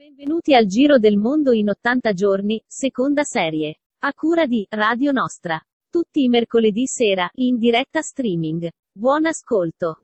Benvenuti al Giro del Mondo in 80 giorni, seconda serie. A cura di Radio Nostra. Tutti i mercoledì sera, in diretta streaming. Buon ascolto.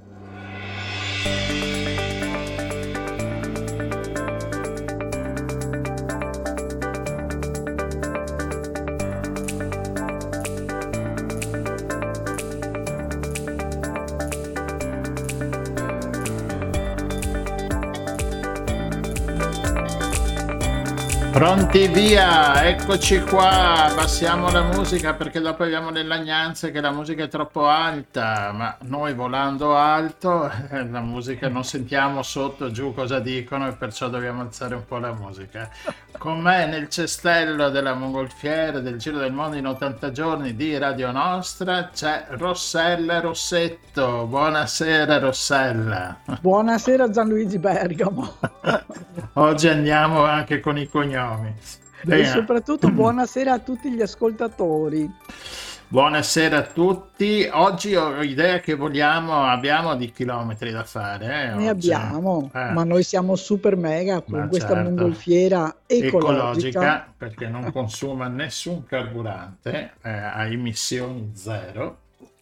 Pronti via, eccoci qua, abbassiamo la musica perché dopo abbiamo le lagnanze che la musica è troppo alta, ma noi volando alto la musica non sentiamo sotto giù cosa dicono e perciò dobbiamo alzare un po' la musica. Con me nel cestello della mongolfiera del Giro del Mondo in 80 giorni di Radio Nostra c'è Rossella Rossetto. Buonasera Rossella. Buonasera Gianluigi Bergamo. Oggi andiamo anche con i cognomi. E soprattutto buonasera a tutti gli ascoltatori. Buonasera a tutti. Oggi ho idea che abbiamo di chilometri da fare. Ne abbiamo, ma noi siamo super mega con questa mongolfiera ecologica perché non consuma nessun carburante, ha emissioni zero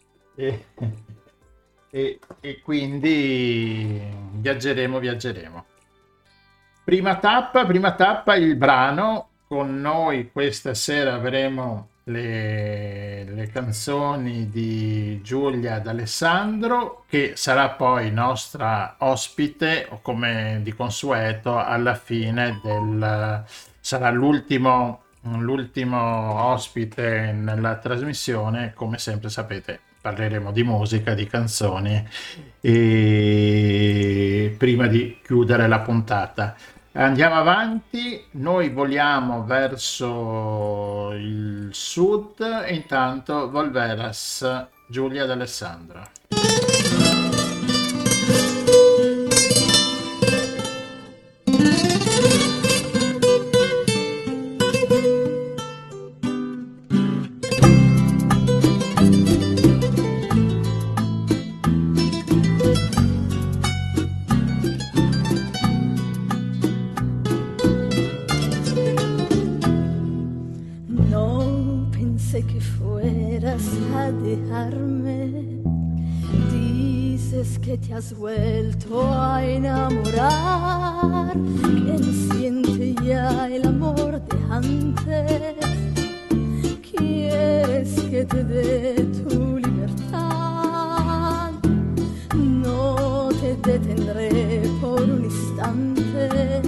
e quindi viaggeremo. Prima tappa il brano. Con noi questa sera avremo le canzoni di Giulia D'Alessandro, che sarà poi nostra ospite, o come di consueto alla fine sarà l'ultimo ospite nella trasmissione. Come sempre sapete, parleremo di musica, di canzoni e prima di chiudere la puntata. Andiamo avanti, noi voliamo verso il sud e intanto Volveras, Giulia D'Alessandro. Que te has vuelto a enamorar, que no siente ya el amor de antes, quieres que te dé tu libertad, no te detendré por un instante,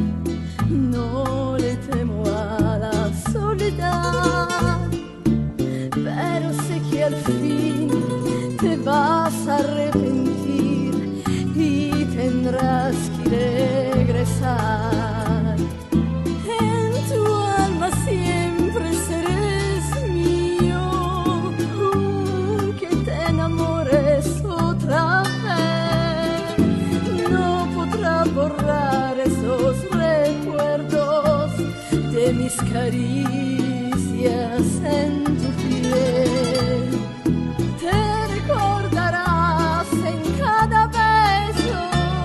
no le temo a la soledad, pero sé que al fin te vas a arrepentir y tendrás que regresar. En tu alma siempre serás mío, aunque te enamores otra vez. No podrá borrar esos recuerdos de mis caricias en tu piel. Te recordarás en cada beso,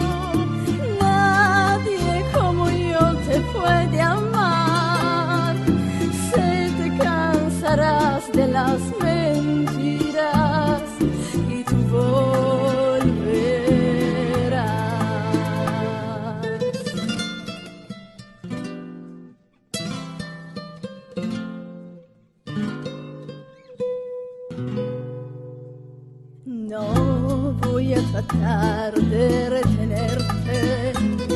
nadie como yo te puede amar. Se te cansarás de las mentiras y tú volverás. No voy a tratar de retenerte,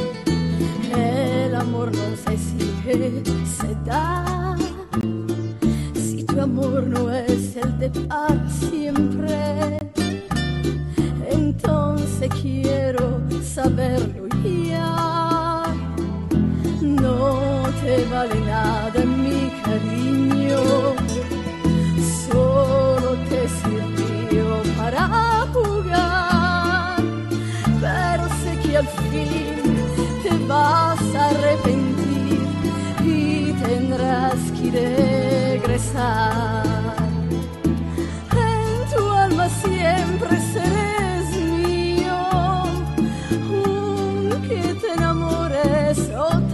el amor no se exige, se da. Si tu amor no es el de para siempre, entonces quiero saberlo ya. No te vale nada mi cariño, solo te sirvió para jugar, pero sé que al fin te vas a arrepentir y tendrás que regresar. En tu alma siempre serás mío, aunque te enamores otra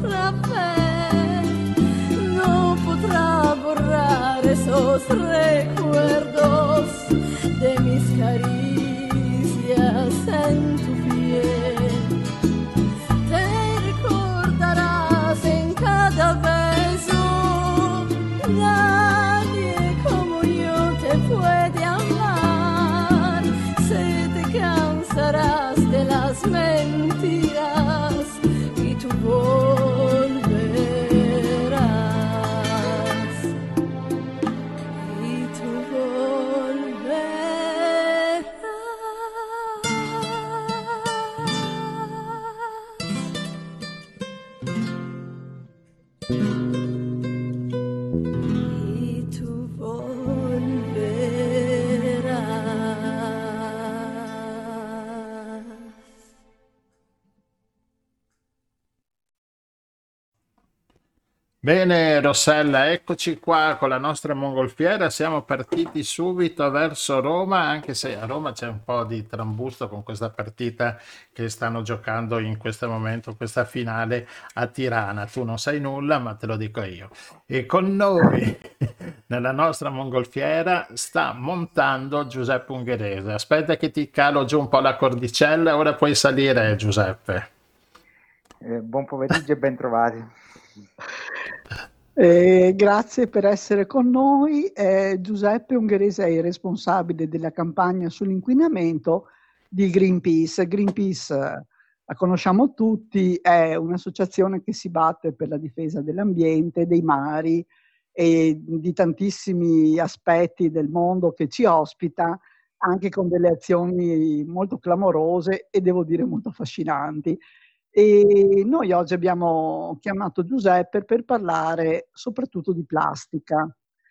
olvidarás de las mentiras y tú volverás. Y tú volverás. Y tú volverás. Bene, Rossella, eccoci qua con la nostra mongolfiera. Siamo partiti subito verso Roma, anche se a Roma c'è un po' di trambusto con questa partita che stanno giocando in questo momento, questa finale a Tirana. Tu non sai nulla, ma te lo dico io. E con noi, nella nostra mongolfiera, sta montando Giuseppe Ungherese. Aspetta che ti calo giù un po' la cordicella, ora puoi salire, Giuseppe. Buon pomeriggio e ben trovati. Grazie per essere con noi. Giuseppe Ungherese è il responsabile della campagna sull'inquinamento di Greenpeace. Greenpeace, la conosciamo tutti, è un'associazione che si batte per la difesa dell'ambiente, dei mari e di tantissimi aspetti del mondo che ci ospita, anche con delle azioni molto clamorose e devo dire molto affascinanti. E noi oggi abbiamo chiamato Giuseppe per parlare soprattutto di plastica.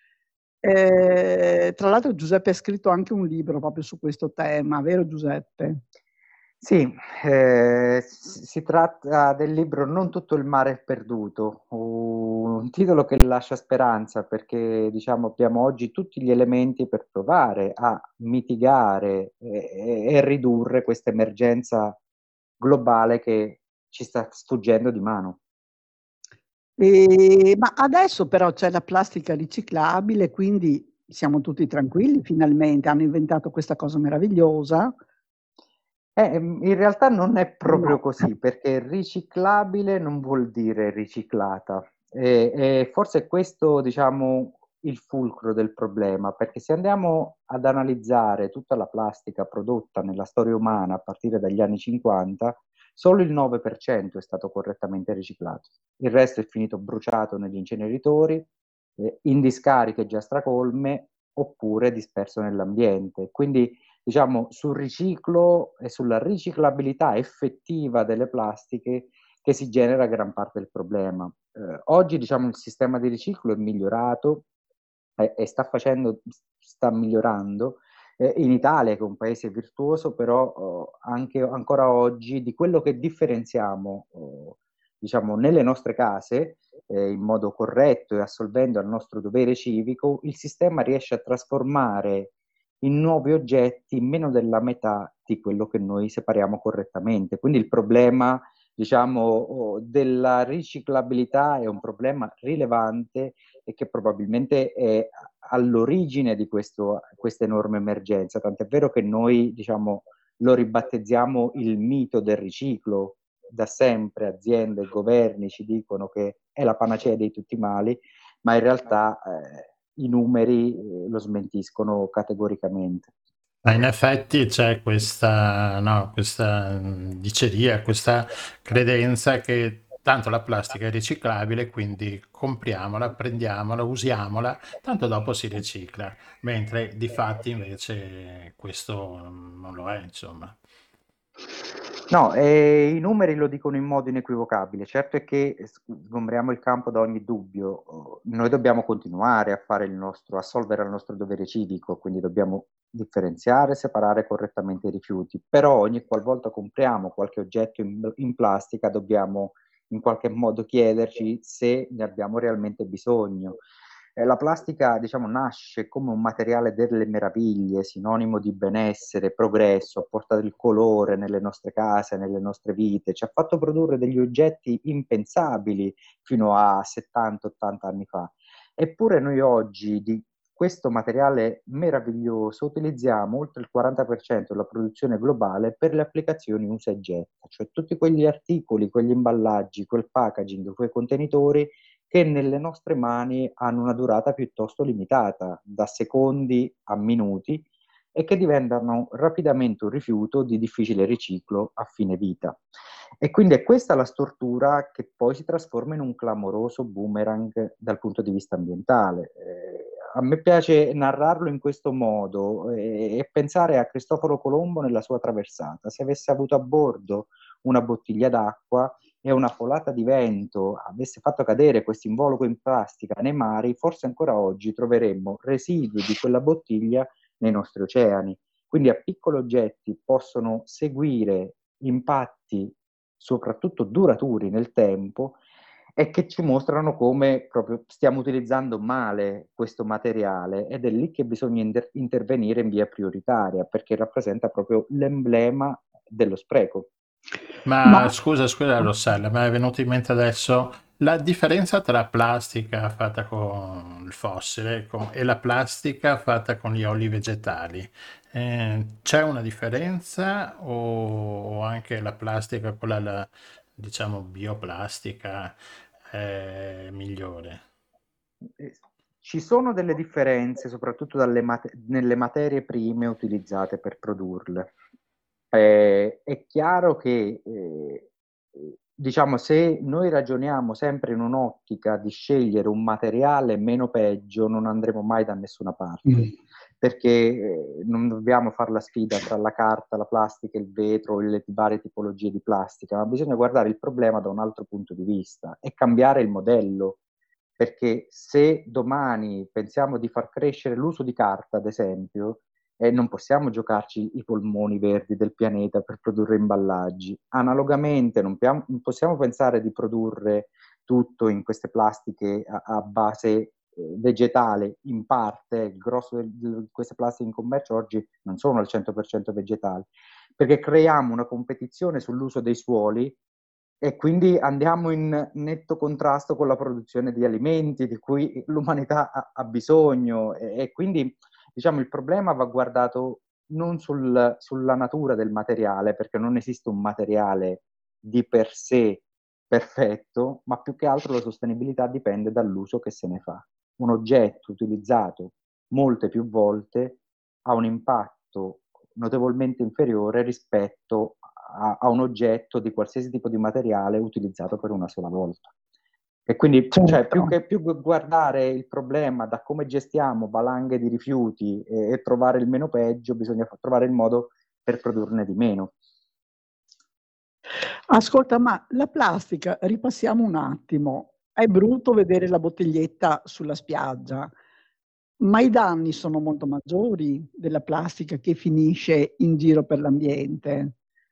Tra l'altro Giuseppe ha scritto anche un libro proprio su questo tema, vero Giuseppe? Sì, si tratta del libro Non tutto il mare è perduto, un titolo che lascia speranza perché diciamo abbiamo oggi tutti gli elementi per provare a mitigare e ridurre questa emergenza globale che ci sta sfuggendo di mano. Ma adesso però c'è la plastica riciclabile, quindi siamo tutti tranquilli finalmente, hanno inventato questa cosa meravigliosa. In realtà non è proprio No. così, perché riciclabile non vuol dire riciclata. E forse è questo, diciamo, il fulcro del problema, perché se andiamo ad analizzare tutta la plastica prodotta nella storia umana a partire dagli anni 50, solo il 9% è stato correttamente riciclato. Il resto è finito bruciato negli inceneritori, in discariche già stracolme, oppure disperso nell'ambiente. Quindi diciamo sul riciclo e sulla riciclabilità effettiva delle plastiche che si genera gran parte del problema. Oggi diciamo il sistema di riciclo è migliorato e sta migliorando. In Italia, che è un paese virtuoso, però anche ancora oggi di quello che differenziamo diciamo nelle nostre case in modo corretto e assolvendo al nostro dovere civico, il sistema riesce a trasformare in nuovi oggetti meno della metà di quello che noi separiamo correttamente. Quindi il problema, diciamo, della riciclabilità è un problema rilevante e che probabilmente è all'origine di questa enorme emergenza. Tant'è vero che noi, diciamo, lo ribattezziamo il mito del riciclo. Da sempre aziende e governi ci dicono che è la panacea di tutti i mali, ma in realtà i numeri lo smentiscono categoricamente. In effetti c'è questa diceria, questa credenza che tanto la plastica è riciclabile, quindi compriamola, prendiamola, usiamola, tanto dopo si ricicla, mentre di fatti invece questo non lo è, insomma. No, i numeri lo dicono in modo inequivocabile. Certo è che sgombriamo il campo da ogni dubbio. Noi dobbiamo continuare a solvere il nostro dovere civico, quindi dobbiamo differenziare, separare correttamente i rifiuti. Però ogni qualvolta compriamo qualche oggetto in plastica dobbiamo in qualche modo chiederci se ne abbiamo realmente bisogno. La plastica, diciamo, nasce come un materiale delle meraviglie, sinonimo di benessere, progresso, porta del colore nelle nostre case, nelle nostre vite, ci ha fatto produrre degli oggetti impensabili fino a 70-80 anni fa. Eppure noi oggi di questo materiale meraviglioso utilizziamo oltre il 40% della produzione globale per le applicazioni usa e getta, cioè tutti quegli articoli, quegli imballaggi, quel packaging, quei contenitori che nelle nostre mani hanno una durata piuttosto limitata, da secondi a minuti, e che diventano rapidamente un rifiuto di difficile riciclo a fine vita. E quindi è questa la stortura che poi si trasforma in un clamoroso boomerang dal punto di vista ambientale. A me piace narrarlo in questo modo e pensare a Cristoforo Colombo nella sua traversata. Se avesse avuto a bordo una bottiglia d'acqua e una folata di vento avesse fatto cadere questo involucro in plastica nei mari, forse ancora oggi troveremmo residui di quella bottiglia nei nostri oceani. Quindi a piccoli oggetti possono seguire impatti soprattutto duraturi nel tempo e che ci mostrano come proprio stiamo utilizzando male questo materiale, ed è lì che bisogna intervenire in via prioritaria, perché rappresenta proprio l'emblema dello spreco. Ma scusa Rossella, mi è venuto in mente adesso la differenza tra plastica fatta con il fossile e la plastica fatta con gli oli vegetali. C'è una differenza o anche la plastica, quella diciamo bioplastica, è migliore? Ci sono delle differenze, soprattutto nelle materie prime utilizzate per produrle. È chiaro che, diciamo, se noi ragioniamo sempre in un'ottica di scegliere un materiale meno peggio, non andremo mai da nessuna parte, perché non dobbiamo fare la sfida tra la carta, la plastica, il vetro, le varie tipologie di plastica, ma bisogna guardare il problema da un altro punto di vista e cambiare il modello. Perché se domani pensiamo di far crescere l'uso di carta, ad esempio, non possiamo giocarci i polmoni verdi del pianeta per produrre imballaggi. Analogamente non possiamo pensare di produrre tutto in queste plastiche a base vegetale, in parte. Il grosso di queste plastiche in commercio oggi non sono al 100% vegetali, perché creiamo una competizione sull'uso dei suoli e quindi andiamo in netto contrasto con la produzione di alimenti di cui l'umanità ha bisogno, e quindi diciamo il problema va guardato non sulla natura del materiale, perché non esiste un materiale di per sé perfetto, ma più che altro la sostenibilità dipende dall'uso che se ne fa. Un oggetto utilizzato molte più volte ha un impatto notevolmente inferiore rispetto a un oggetto di qualsiasi tipo di materiale utilizzato per una sola volta. E quindi cioè, più guardare il problema da come gestiamo valanghe di rifiuti e trovare il meno peggio, bisogna trovare il modo per produrne di meno. Ascolta, ma la plastica, ripassiamo un attimo. È brutto vedere la bottiglietta sulla spiaggia, ma i danni sono molto maggiori della plastica che finisce in giro per l'ambiente.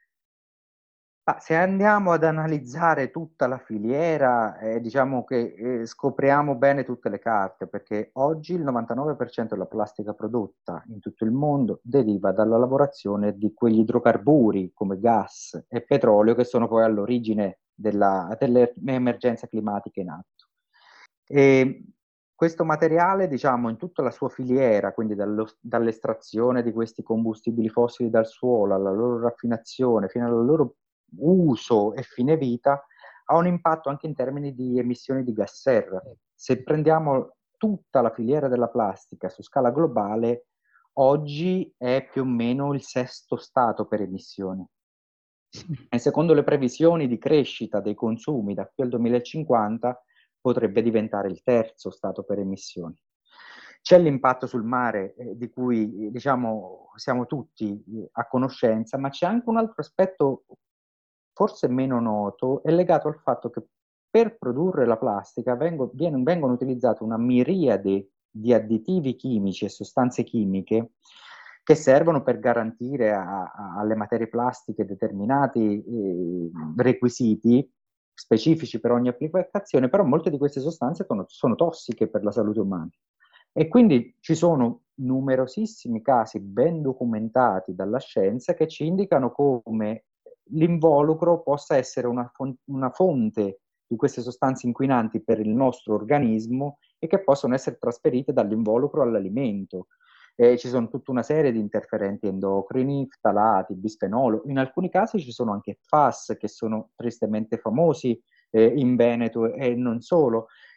Se andiamo ad analizzare tutta la filiera, diciamo che scopriamo bene tutte le carte, perché oggi il 99% della plastica prodotta in tutto il mondo deriva dalla lavorazione di quegli idrocarburi come gas e petrolio che sono poi all'origine dell'emergenza climatica in atto. E questo materiale, diciamo, in tutta la sua filiera, quindi dall'estrazione di questi combustibili fossili dal suolo, alla loro raffinazione, fino al loro uso e fine vita, ha un impatto anche in termini di emissioni di gas serra. Se prendiamo tutta la filiera della plastica su scala globale, oggi è più o meno il sesto stato per emissioni. E secondo le previsioni di crescita dei consumi da qui al 2050 potrebbe diventare il terzo stato per emissioni. C'è l'impatto sul mare di cui diciamo siamo tutti a conoscenza, ma c'è anche un altro aspetto forse meno noto, è legato al fatto che per produrre la plastica vengono utilizzate una miriade di additivi chimici e sostanze chimiche che servono per garantire alle materie plastiche determinati requisiti specifici per ogni applicazione, però molte di queste sostanze sono tossiche per la salute umana. E quindi ci sono numerosissimi casi ben documentati dalla scienza che ci indicano come l'involucro possa essere una fonte di queste sostanze inquinanti per il nostro organismo e che possono essere trasferite dall'involucro all'alimento. Ci sono tutta una serie di interferenti endocrini, ftalati, bisfenolo. In alcuni casi ci sono anche PFAS che sono tristemente famosi in Veneto e non solo.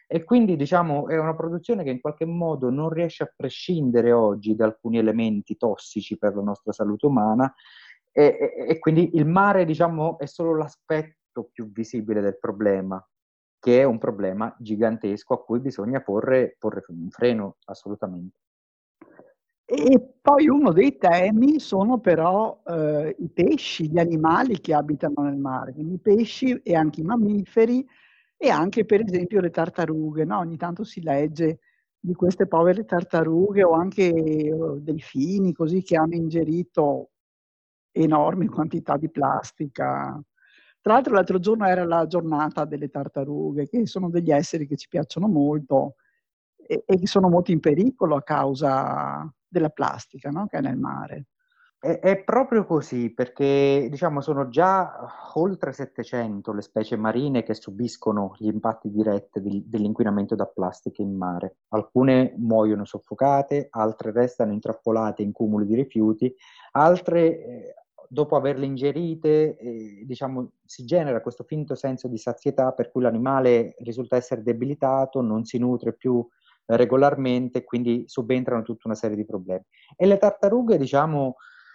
E quindi diciamo è una produzione che in qualche modo non riesce a prescindere oggi da alcuni elementi tossici per la nostra salute umana e quindi il mare diciamo è solo l'aspetto più visibile del problema, che è un problema gigantesco a cui bisogna porre un freno assolutamente. E poi uno dei temi sono però i pesci, gli animali che abitano nel mare, quindi i pesci e anche i mammiferi e anche per esempio le tartarughe, no? Ogni tanto si legge di queste povere tartarughe o anche delfini così che hanno ingerito enormi quantità di plastica. Tra l'altro l'altro giorno era la giornata delle tartarughe, che sono degli esseri che ci piacciono molto e che sono molto in pericolo a causa della plastica, no? Che è nel mare. È proprio così, perché diciamo sono già oltre 700 le specie marine che subiscono gli impatti diretti dell'inquinamento da plastica in mare. Alcune muoiono soffocate, altre restano intrappolate in cumuli di rifiuti, altre dopo averle ingerite, diciamo, si genera questo finto senso di sazietà per cui l'animale risulta essere debilitato, non si nutre più regolarmente, quindi subentrano tutta una serie di problemi. E le tartarughe, diciamo,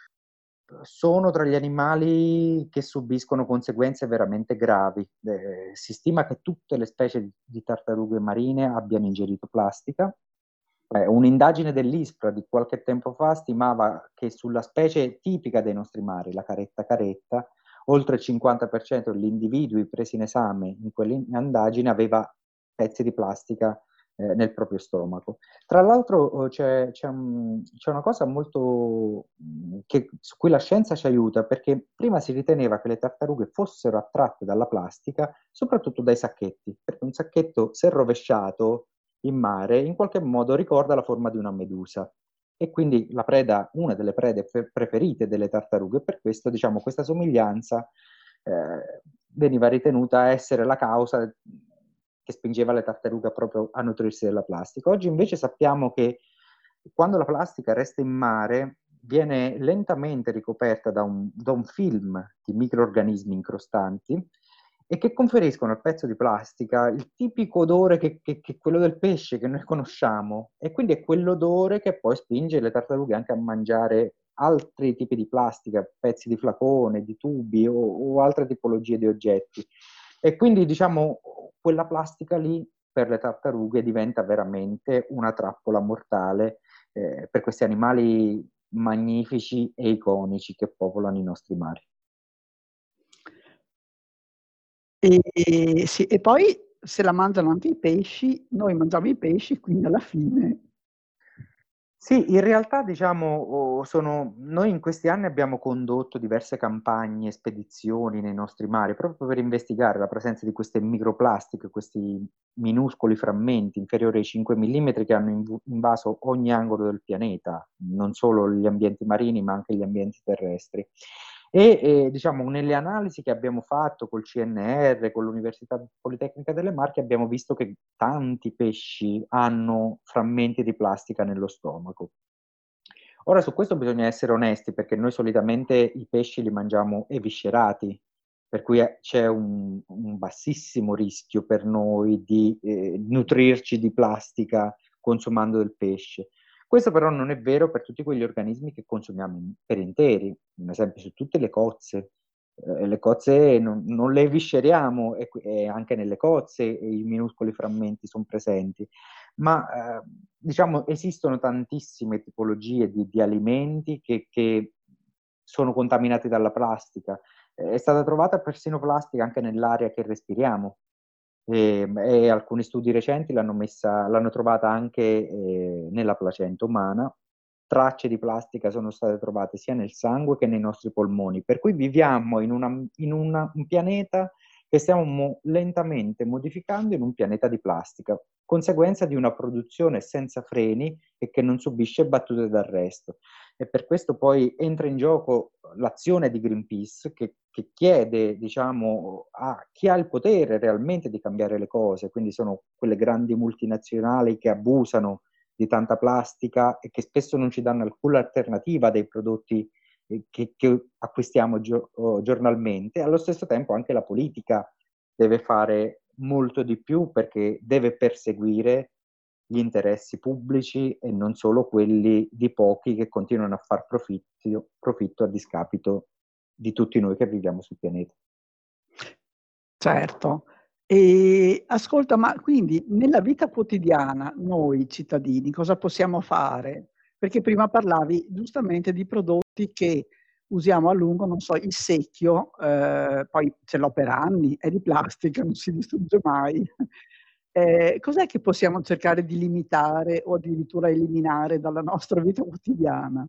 sono tra gli animali che subiscono conseguenze veramente gravi. Si stima che tutte le specie di tartarughe marine abbiano ingerito plastica. Un'indagine dell'ISPRA di qualche tempo fa stimava che sulla specie tipica dei nostri mari, la caretta caretta, oltre il 50% degli individui presi in esame in quell'indagine aveva pezzi di plastica nel proprio stomaco. Tra l'altro c'è una cosa molto su cui la scienza ci aiuta, perché prima si riteneva che le tartarughe fossero attratte dalla plastica, soprattutto dai sacchetti, perché un sacchetto, se rovesciato in mare, in qualche modo ricorda la forma di una medusa. E quindi una delle prede preferite delle tartarughe, per questo, diciamo, questa somiglianza veniva ritenuta essere la causa che spingeva le tartarughe proprio a nutrirsi della plastica. Oggi invece sappiamo che quando la plastica resta in mare viene lentamente ricoperta da un film di microrganismi incrostanti e che conferiscono al pezzo di plastica il tipico odore che è quello del pesce che noi conosciamo, e quindi è quell'odore che poi spinge le tartarughe anche a mangiare altri tipi di plastica, pezzi di flacone, di tubi o altre tipologie di oggetti. E quindi diciamo quella plastica lì per le tartarughe diventa veramente una trappola mortale per questi animali magnifici e iconici che popolano i nostri mari. Sì, e poi se la mangiano anche i pesci, noi mangiamo i pesci, quindi alla fine... Sì, in realtà diciamo, noi in questi anni abbiamo condotto diverse campagne, spedizioni nei nostri mari, proprio per investigare la presenza di queste microplastiche, questi minuscoli frammenti inferiori ai 5 mm che hanno invaso ogni angolo del pianeta, non solo gli ambienti marini ma anche gli ambienti terrestri. E diciamo, nelle analisi che abbiamo fatto col CNR, con l'Università Politecnica delle Marche, abbiamo visto che tanti pesci hanno frammenti di plastica nello stomaco. Ora, su questo bisogna essere onesti, perché noi solitamente i pesci li mangiamo eviscerati, per cui c'è un bassissimo rischio per noi di nutrirci di plastica consumando del pesce. Questo però non è vero per tutti quegli organismi che consumiamo per interi, un esempio su tutte le cozze. Le cozze non le evisceriamo e anche nelle cozze i minuscoli frammenti sono presenti, ma diciamo esistono tantissime tipologie di alimenti che sono contaminati dalla plastica. È stata trovata persino plastica anche nell'aria che respiriamo. E alcuni studi recenti l'hanno trovata anche nella placenta umana. Tracce di plastica sono state trovate sia nel sangue che nei nostri polmoni, per cui viviamo in un pianeta che stiamo lentamente modificando in un pianeta di plastica, conseguenza di una produzione senza freni e che non subisce battute d'arresto. E per questo poi entra in gioco l'azione di Greenpeace che chiede, diciamo, a chi ha il potere realmente di cambiare le cose, quindi sono quelle grandi multinazionali che abusano di tanta plastica e che spesso non ci danno alcuna alternativa dei prodotti che acquistiamo giornalmente. Allo stesso tempo anche la politica deve fare molto di più perché deve perseguire gli interessi pubblici e non solo quelli di pochi che continuano a far profitto a discapito di tutti noi che viviamo sul pianeta. Certo. E ascolta, ma quindi nella vita quotidiana noi cittadini cosa possiamo fare? Perché prima parlavi giustamente di prodotti che usiamo a lungo, non so, il secchio, poi ce l'ho per anni, è di plastica, non si distrugge mai. Cos'è che possiamo cercare di limitare o addirittura eliminare dalla nostra vita quotidiana?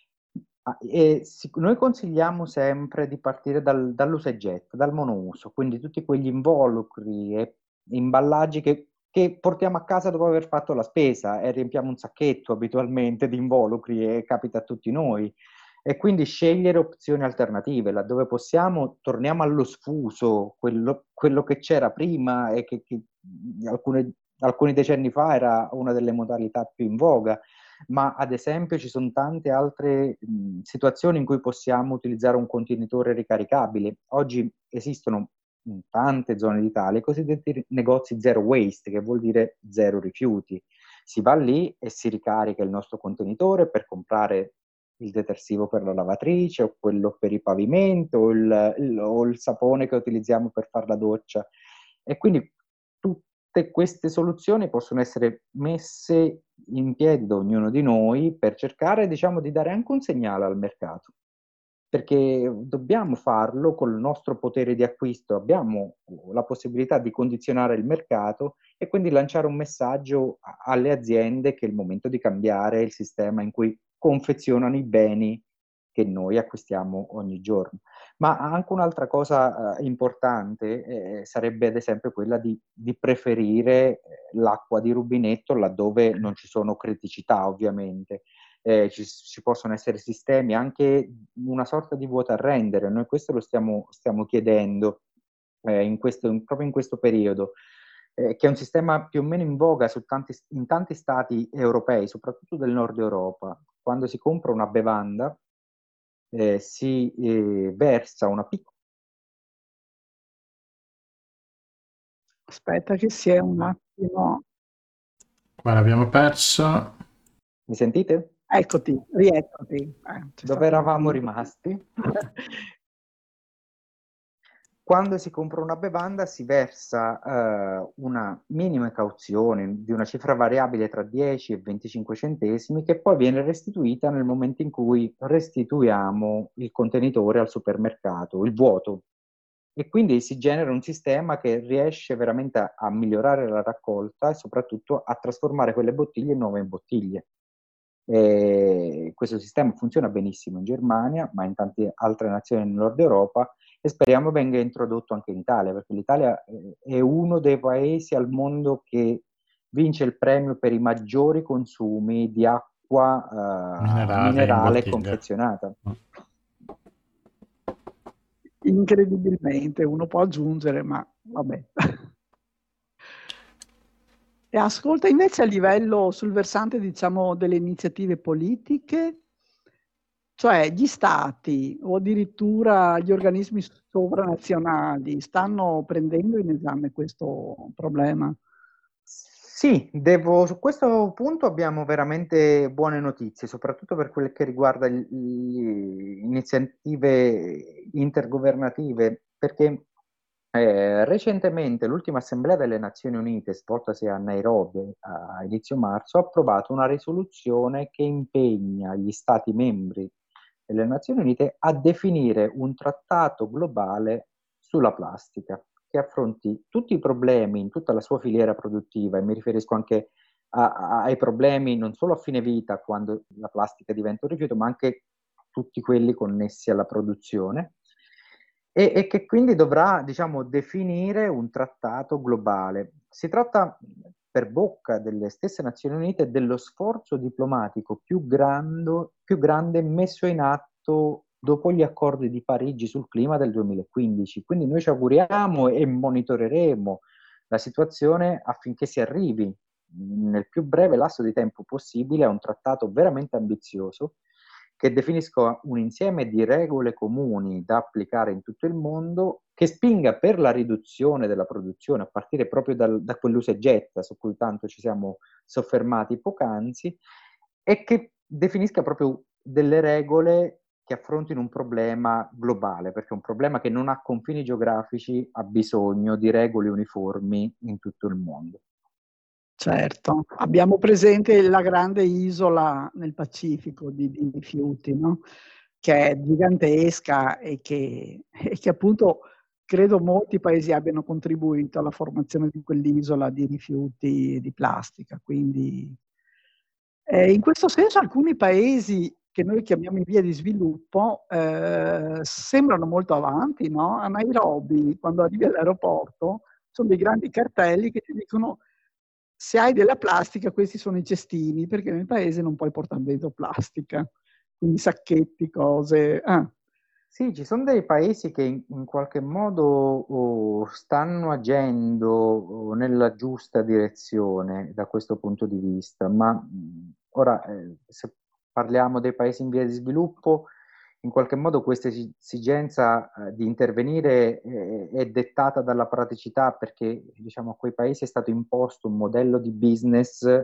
Noi consigliamo sempre di partire dall'usa e getta, dal monouso, quindi tutti quegli involucri e imballaggi che portiamo a casa dopo aver fatto la spesa e riempiamo un sacchetto abitualmente di involucri e capita a tutti noi. E quindi scegliere opzioni alternative, laddove possiamo torniamo allo sfuso, quello che c'era prima e che alcuni decenni fa era una delle modalità più in voga, ma ad esempio ci sono tante altre situazioni in cui possiamo utilizzare un contenitore ricaricabile. Oggi esistono in tante zone d'Italia i cosiddetti negozi zero waste, che vuol dire zero rifiuti. Si va lì e si ricarica il nostro contenitore per comprare il detersivo per la lavatrice o quello per il pavimento o il sapone che utilizziamo per fare la doccia. E quindi tutte queste soluzioni possono essere messe in piedi da ognuno di noi per cercare, diciamo, di dare anche un segnale al mercato, perché dobbiamo farlo col nostro potere di acquisto, abbiamo la possibilità di condizionare il mercato e quindi lanciare un messaggio alle aziende che è il momento di cambiare il sistema in cui confezionano i beni che noi acquistiamo ogni giorno. Ma anche un'altra cosa importante sarebbe ad esempio quella di preferire l'acqua di rubinetto laddove non ci sono criticità, ovviamente. Ci possono essere sistemi, anche una sorta di vuoto a rendere. Noi questo lo stiamo chiedendo proprio in questo periodo, che è un sistema più o meno in voga in tanti stati europei, soprattutto del nord Europa. Quando si compra una bevanda, si versa una piccola... Aspetta che si è un attimo... Qua l'abbiamo perso. Mi sentite? Eccoti, rieccoti. Dove eravamo rimasti? Quando si compra una bevanda si versa una minima cauzione di una cifra variabile tra 10 e 25 centesimi che poi viene restituita nel momento in cui restituiamo il contenitore al supermercato, il vuoto. E quindi si genera un sistema che riesce veramente a migliorare la raccolta e soprattutto a trasformare quelle bottiglie in nuove bottiglie. Questo sistema funziona benissimo in Germania, ma in tante altre nazioni del nord Europa, e speriamo venga introdotto anche in Italia, perché l'Italia è uno dei paesi al mondo che vince il premio per i maggiori consumi di acqua minerale confezionata. Incredibilmente, uno può aggiungere, ma vabbè. E ascolta, invece a livello sul versante, diciamo, delle iniziative politiche, cioè gli stati o addirittura gli organismi sovranazionali stanno prendendo in esame questo problema? Sì, su questo punto abbiamo veramente buone notizie, soprattutto per quel che riguarda le iniziative intergovernative, perché recentemente l'ultima Assemblea delle Nazioni Unite, svoltasi a Nairobi a inizio marzo, ha approvato una risoluzione che impegna gli Stati membri delle Nazioni Unite a definire un trattato globale sulla plastica che affronti tutti i problemi in tutta la sua filiera produttiva, e mi riferisco anche ai problemi non solo a fine vita, quando la plastica diventa un rifiuto, ma anche tutti quelli connessi alla produzione, e che quindi dovrà, diciamo, definire un trattato globale. Si tratta, per bocca delle stesse Nazioni Unite, dello sforzo diplomatico più grande messo in atto dopo gli accordi di Parigi sul clima del 2015. Quindi noi ci auguriamo e monitoreremo la situazione affinché si arrivi nel più breve lasso di tempo possibile a un trattato veramente ambizioso che definisca un insieme di regole comuni da applicare in tutto il mondo, che spinga per la riduzione della produzione, a partire proprio da quell'usa e getta su cui tanto ci siamo soffermati poc'anzi, e che definisca proprio delle regole che affrontino un problema globale, perché un problema che non ha confini geografici ha bisogno di regole uniformi in tutto il mondo. Certo, abbiamo presente la grande isola nel Pacifico di rifiuti, no? Che è gigantesca e che appunto credo molti paesi abbiano contribuito alla formazione di quell'isola di rifiuti di plastica. Quindi in questo senso alcuni paesi che noi chiamiamo in via di sviluppo sembrano molto avanti, no? A Nairobi, quando arrivi all'aeroporto, sono dei grandi cartelli che ti dicono: se hai della plastica, questi sono i cestini, perché nel paese non puoi portare dentro plastica, quindi sacchetti, cose. Sì, ci sono dei paesi che in qualche modo stanno agendo nella giusta direzione da questo punto di vista, ma ora se parliamo dei paesi in via di sviluppo, in qualche modo questa esigenza di intervenire è dettata dalla praticità, perché diciamo a quei paesi è stato imposto un modello di business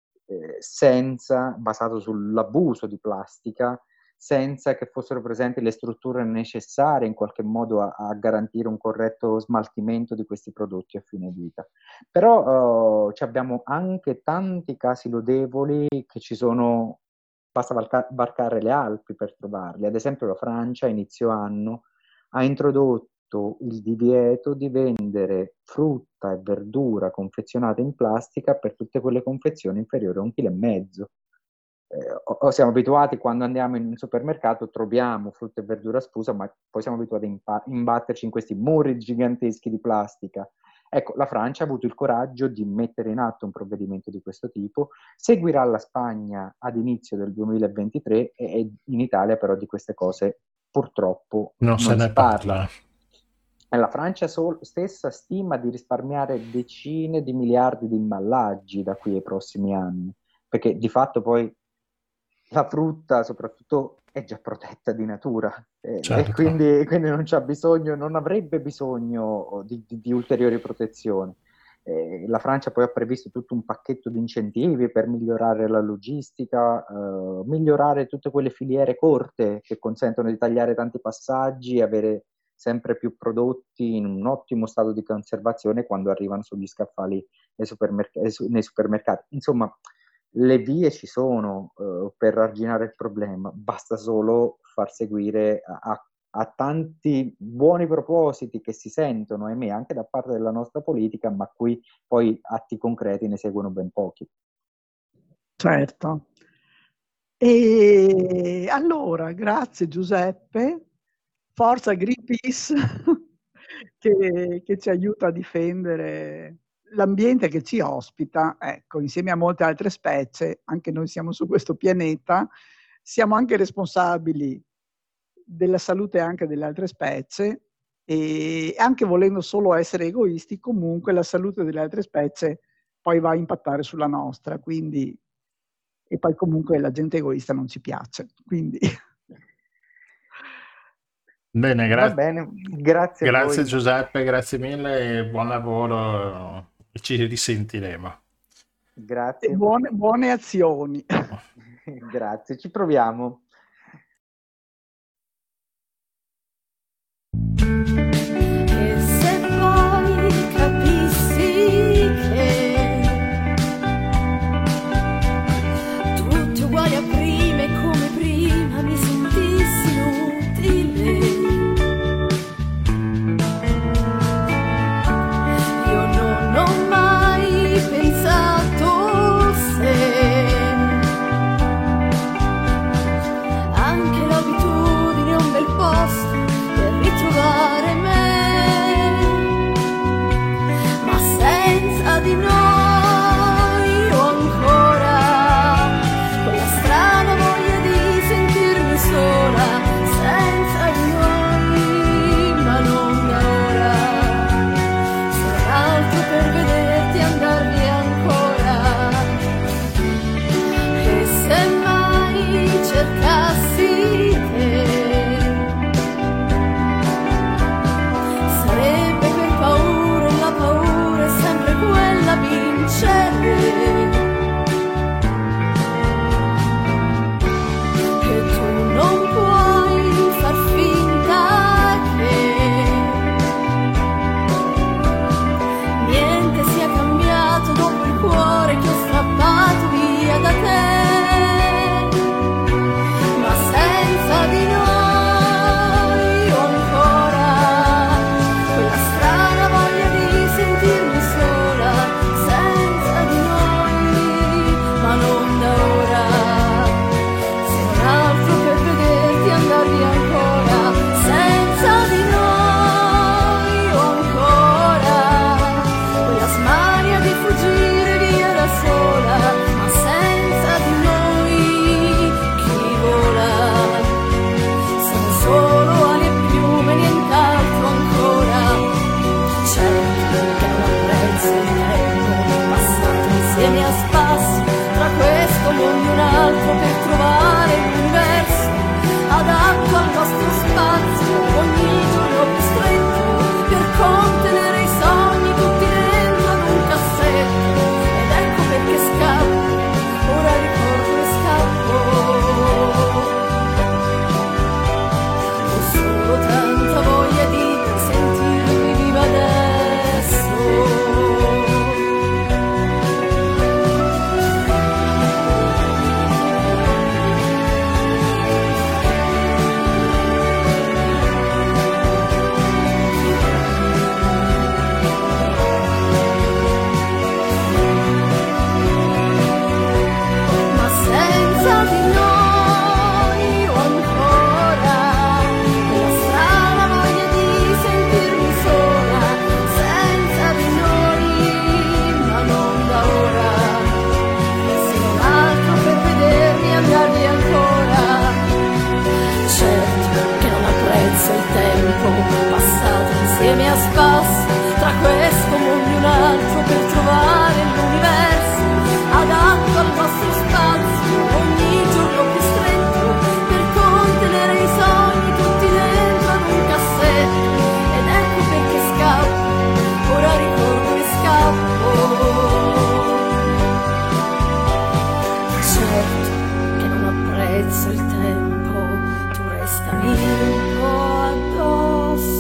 basato sull'abuso di plastica, senza che fossero presenti le strutture necessarie in qualche modo a garantire un corretto smaltimento di questi prodotti a fine vita. Però abbiamo anche tanti casi lodevoli che ci sono. Basta varcare le Alpi per trovarli. Ad esempio la Francia a inizio anno ha introdotto il divieto di vendere frutta e verdura confezionata in plastica per tutte quelle confezioni inferiori a 1,5 kg. Siamo abituati, quando andiamo in un supermercato troviamo frutta e verdura sfusa, ma poi siamo abituati a imbatterci in questi muri giganteschi di plastica. Ecco, la Francia ha avuto il coraggio di mettere in atto un provvedimento di questo tipo, seguirà la Spagna ad inizio del 2023 e in Italia però di queste cose purtroppo non se ne si parla. parla. E la Francia stessa stima di risparmiare decine di miliardi di imballaggi da qui ai prossimi anni, perché di fatto poi la frutta soprattutto è già protetta di natura, Certo. e quindi non avrebbe bisogno di ulteriori protezioni. La Francia poi ha previsto tutto un pacchetto di incentivi per migliorare la logistica, migliorare tutte quelle filiere corte che consentono di tagliare tanti passaggi e avere sempre più prodotti in un ottimo stato di conservazione quando arrivano sugli scaffali nei supermercati. Insomma, le vie ci sono per arginare il problema, basta solo far seguire a tanti buoni propositi che si sentono, ahimè, anche da parte della nostra politica, ma qui poi atti concreti ne seguono ben pochi. Certo. E allora, grazie Giuseppe, forza Greenpeace che ci aiuta a difendere l'ambiente che ci ospita, ecco, insieme a molte altre specie, anche noi siamo su questo pianeta, siamo anche responsabili della salute anche delle altre specie, e anche volendo solo essere egoisti, comunque la salute delle altre specie poi va a impattare sulla nostra, quindi, e poi comunque la gente egoista non ci piace, quindi... Bene, Va bene, grazie a voi. Giuseppe, grazie mille e buon lavoro, ci risentiremo. Grazie. E buone azioni. Grazie, ci proviamo. E se poi capissi che tutto uguale a prima e come prima mi sentissi utile, io non ho mai pensato se insieme a spasso tra questo mondo e un altro per trovare l'universo adatto al nostro spazio, ogni giorno più stretto per contenere i sogni tutti dentro ad un cassetto. Ed ecco perché scappo, ora ricordo e scappo. Certo che non apprezzo il tempo, tu restami un po' addosso.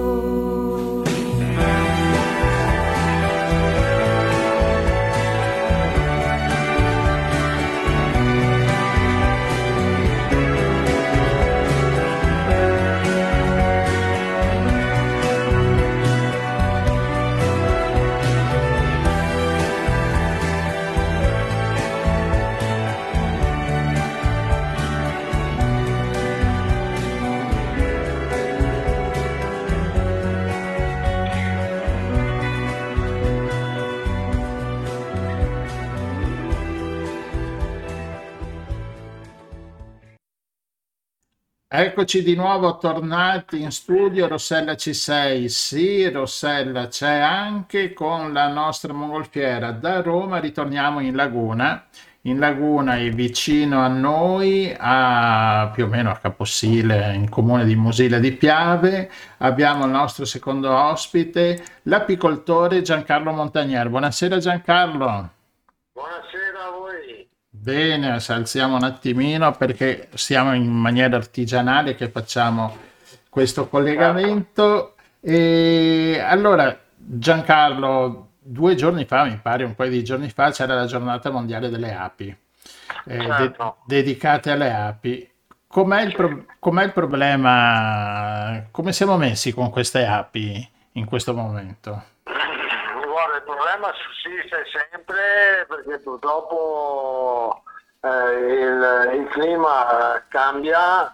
Eccoci di nuovo tornati in studio, Rossella ci sei? Sì, Rossella c'è anche con la nostra mongolfiera da Roma, ritorniamo in Laguna. In Laguna è vicino a noi, più o meno a Caposile, in comune di Musile di Piave, abbiamo il nostro secondo ospite, l'apicoltore Giancarlo Montagnier. Buonasera Giancarlo. Buonasera a voi. Bene, ci alziamo un attimino perché siamo in maniera artigianale che facciamo questo collegamento. E allora, Giancarlo, 2 giorni fa, mi pare un paio di giorni fa, c'era la giornata mondiale delle api, Certo. dedicate alle api. Com'è il problema? Come siamo messi con queste api in questo momento? Guarda, il problema sussiste sempre perché purtroppo il clima cambia,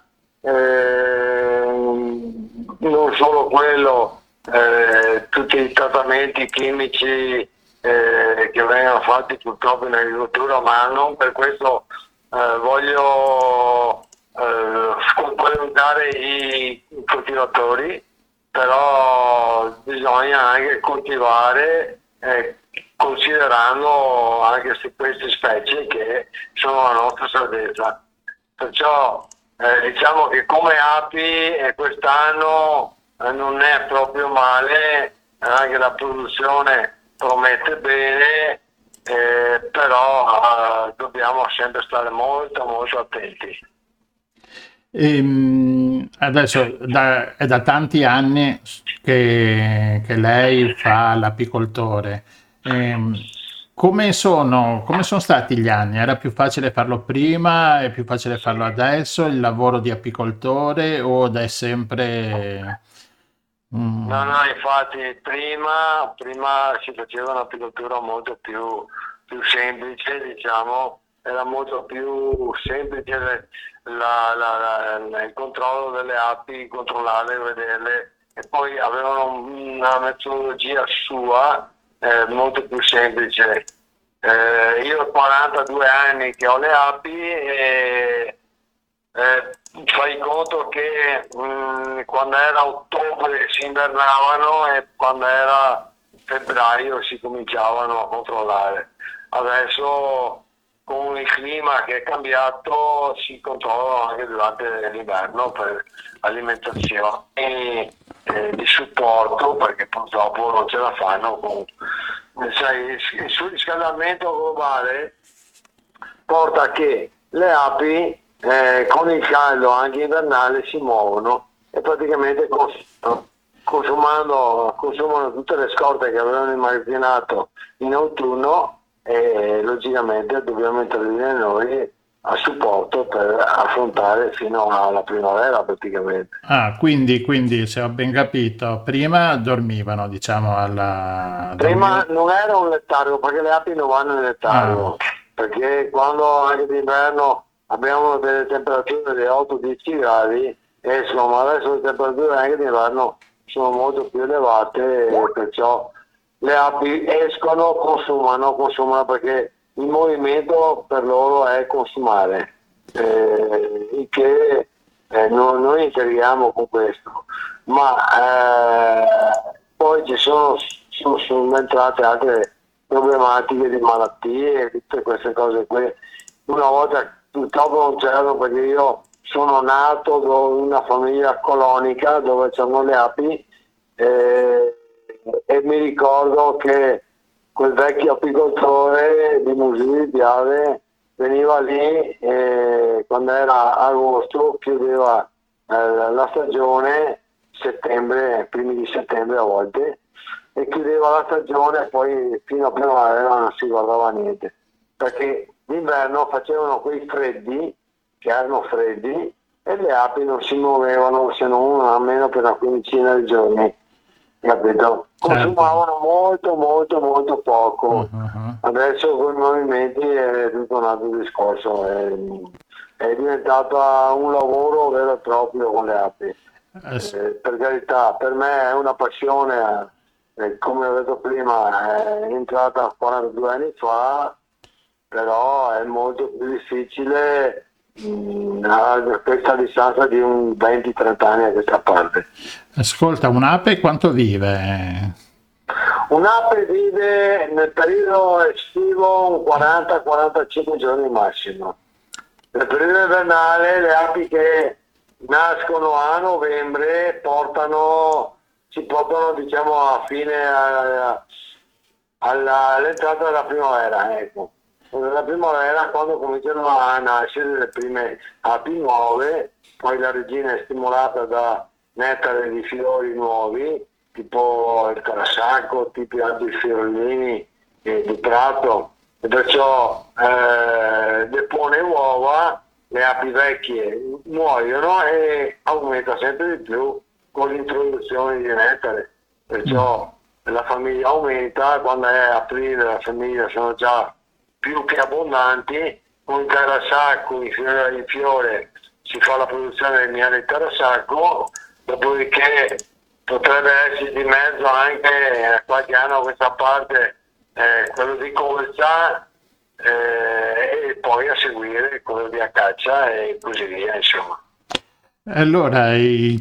non solo quello, tutti i trattamenti chimici che vengono fatti purtroppo in agricoltura, ma non per questo voglio scomparire i coltivatori, però bisogna anche coltivare considerando anche queste specie che sono la nostra salvezza. Perciò diciamo che come api quest'anno non è proprio male, anche la produzione promette bene, però dobbiamo sempre stare molto molto attenti. Adesso è da tanti anni che lei fa l'apicoltore. Come sono stati gli anni? Era più facile farlo prima? È più facile farlo adesso? Il lavoro di apicoltore o è sempre... No, infatti prima si faceva un'apicoltura molto più semplice, diciamo, era molto più semplice il controllo delle api, controllarle, vederle, e poi avevano una metodologia sua molto più semplice. Io ho 42 anni che ho le api e fai conto che quando era ottobre si invernavano e quando era febbraio si cominciavano a controllare. Adesso con il clima che è cambiato si controllano anche durante l'inverno per alimentazioni di supporto, perché purtroppo non ce la fanno sai, il surriscaldamento globale porta che le api con il caldo anche invernale si muovono e praticamente consumano tutte le scorte che avevano immagazzinato in autunno, e logicamente dobbiamo intervenire noi a supporto per affrontare fino alla primavera praticamente. Quindi se ho ben capito, prima dormivano, diciamo, Prima non era un letargo, perché le api non vanno in letargo, perché quando anche d'inverno abbiamo delle temperature di 8-10 gradi escono, ma adesso le temperature anche d'inverno sono molto più elevate e perciò le api escono, consumano perché il movimento per loro è consumare, il che noi integriamo con questo, ma sono entrate altre problematiche di malattie, tutte queste cose qui. Una volta purtroppo non c'erano, perché io sono nato in una famiglia colonica dove c'erano le api, e mi ricordo che quel vecchio apicoltore di Musili di Piave veniva lì e quando era agosto chiudeva la stagione, settembre, primi di settembre a volte, e chiudeva la stagione e poi fino a primavera non si guardava niente, perché d'inverno facevano quei freddi, che erano freddi, e le api non si muovevano se non almeno per una quindicina di giorni, capito? Consumavano molto poco. Adesso con i movimenti è tutto un altro discorso, è diventata un lavoro vero e proprio con le api. Per carità, per me è una passione, come ho detto prima, è entrata 42 anni fa, però è molto più difficile a questa distanza di un 20-30 anni a questa parte. Ascolta, un'ape quanto vive? Un'ape vive nel periodo estivo un 40-45 giorni massimo. Nel periodo invernale le api che nascono a novembre si portano diciamo a fine all'entrata della primavera, ecco. Nella primavera, quando cominciano a nascere le prime api nuove, poi la regina è stimolata da nettare di fiori nuovi, tipo il carasacco, tipo altri fiorellini di prato, e perciò depone uova, le api vecchie muoiono e aumenta sempre di più con l'introduzione di nettare, perciò la famiglia aumenta. Quando è aprile la famiglia sono già più che abbondanti, con il carasacco, i fiore si fa la produzione del miele di carasacco, dopodiché potrebbe esserci di mezzo anche qualche anno a questa parte quello di colza, e poi a seguire quello di acaccia e così via, insomma. Allora, noi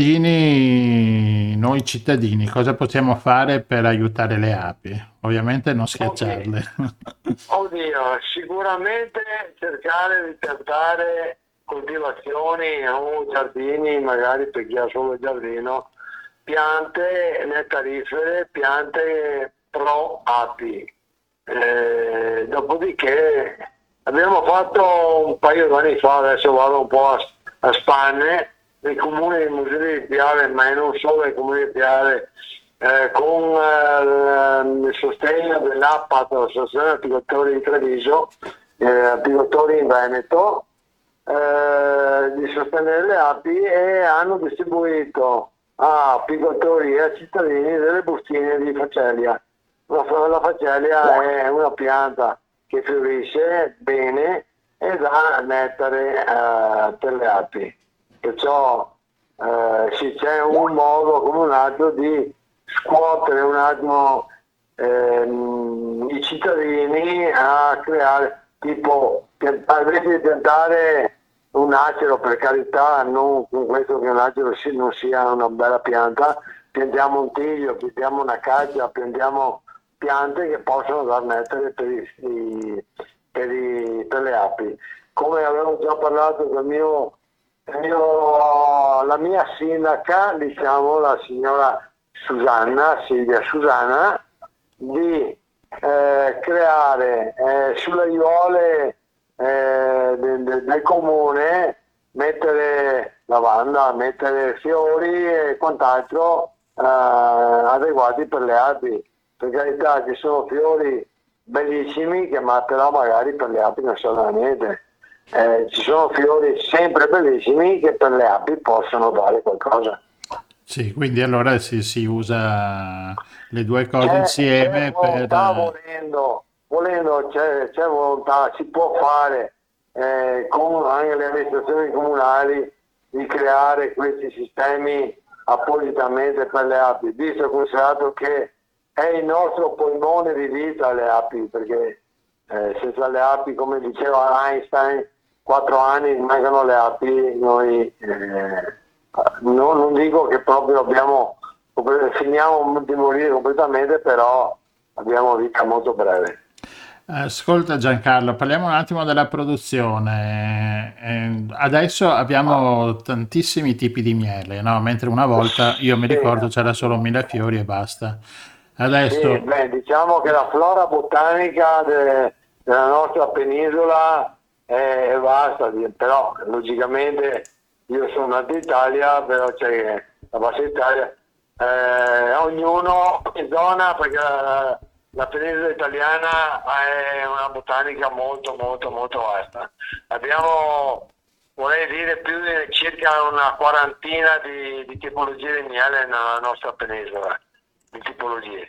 cittadini, cosa possiamo fare per aiutare le api? Ovviamente non schiacciarle. Oddio, sicuramente cercare di piantare coltivazioni o giardini, magari per chi ha solo il giardino, piante nettarifere, piante pro api. Dopodiché abbiamo fatto un paio di anni fa, adesso vado un po' a spanne, nei comuni di Musili di Piave, ma non solo nei comuni di Piave, con il sostegno dell'APAT, l'Associazione Apicoltori di Treviso, apicoltori in Veneto, di sostenere le api, e hanno distribuito a apicoltori e a cittadini delle bustine di facelia. La facelia è una pianta che fiorisce bene e dà nettare per le api, perciò sì, c'è un modo come un altro di scuotere un attimo i cittadini a creare, tipo invece di piantare un acero, per carità, non con questo che un acero non sia una bella pianta, piantiamo un tiglio, piantiamo una caccia, piantiamo piante che possono dar nettare per le api. Come avevo già parlato con la mia sindaca, diciamo la signora Silvia Susanna, di creare sulle aiuole del comune, mettere lavanda, mettere fiori e quant'altro adeguati per le api. Per carità, ci sono fiori bellissimi ma però magari per le api non servono a niente. Ci sono fiori sempre bellissimi che per le api possono dare qualcosa. Sì, quindi allora si usa le due cose insieme. C'è volontà, volendo c'è volontà, si può fare con anche le amministrazioni comunali di creare questi sistemi appositamente per le api, visto e considerato che è il nostro polmone di vita le api, perché senza le api, come diceva Einstein, 4 anni mancano le api, noi non dico che proprio abbiamo finiamo di morire completamente, però abbiamo vita molto breve. Ascolta Giancarlo, parliamo un attimo della produzione. Adesso abbiamo tantissimi tipi di miele, no? Mentre una volta, io mi Sì, ricordo, c'era solo Millefiori e basta. sì, Adesso, diciamo che la flora botanica della nostra penisola è vasta, però logicamente io sono nato in Italia, però c'è la Bassa Italia, ognuno in zona, perché la penisola italiana è una botanica molto molto molto vasta. Abbiamo, vorrei dire, più di circa una quarantina di tipologie di miele nella nostra penisola, di tipologie.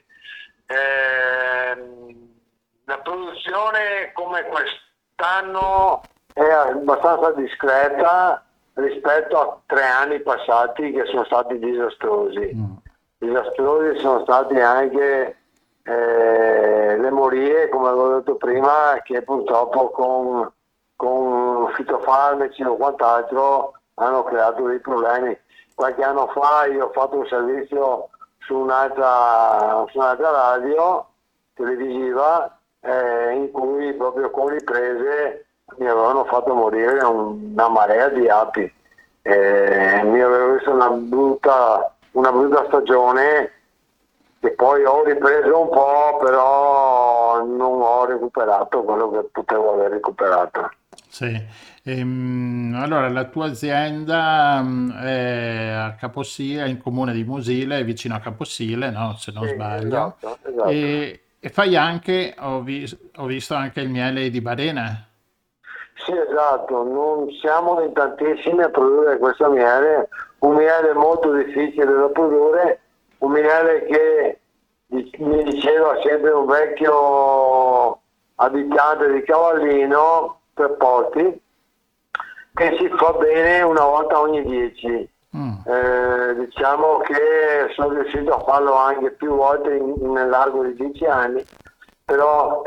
La produzione come quest'anno è abbastanza discreta rispetto a 3 anni passati che sono stati disastrosi. Disastrosi sono stati anche le morie, come avevo detto prima, che purtroppo con fitofarmaci o quant'altro hanno creato dei problemi. Qualche anno fa io ho fatto un servizio su un'altra radio televisiva in cui proprio con riprese mi avevano fatto morire una marea di api. Mi avevo visto una brutta stagione che poi ho ripreso un po', però non ho recuperato quello che potevo aver recuperato. sì. Allora, la tua azienda è a Caposile, in comune di Musile, vicino a Caposile, no? Se non Sì, sbaglio. esatto. E fai anche, ho visto anche il miele di Barena. Sì, esatto, non siamo in tantissimi a produrre questo miele, un miele molto difficile da produrre, un miele che mi diceva sempre un vecchio abitante di Cavallino per Porti, che si fa bene una volta ogni 10. Diciamo che sono riuscito a farlo anche più volte nell'arco di 10 anni, però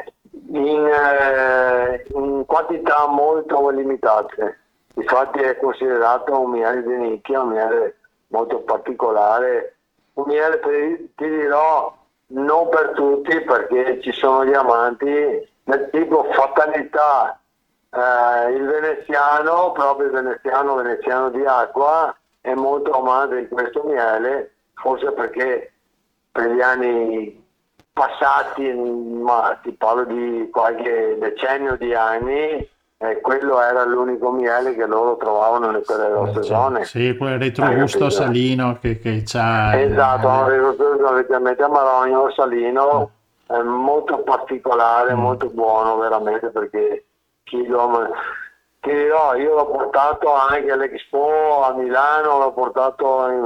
in quantità molto limitate. Infatti è considerato un miele di nicchia, un miele molto particolare, un miele, ti dirò, non per tutti, perché ci sono gli amanti del tipo fatalità. Il veneziano, proprio il veneziano di acqua, è molto amante di questo miele, forse perché per gli anni passati, ma ti parlo di qualche decennio di anni, quello era l'unico miele che loro trovavano in quelle nostre zone. Sì, quel retrogusto salino che c'ha. Esatto, un retrogusto leggermente amarogno, salino, molto particolare, molto buono veramente, perché ti dirò, io l'ho portato anche all'Expo a Milano, l'ho portato in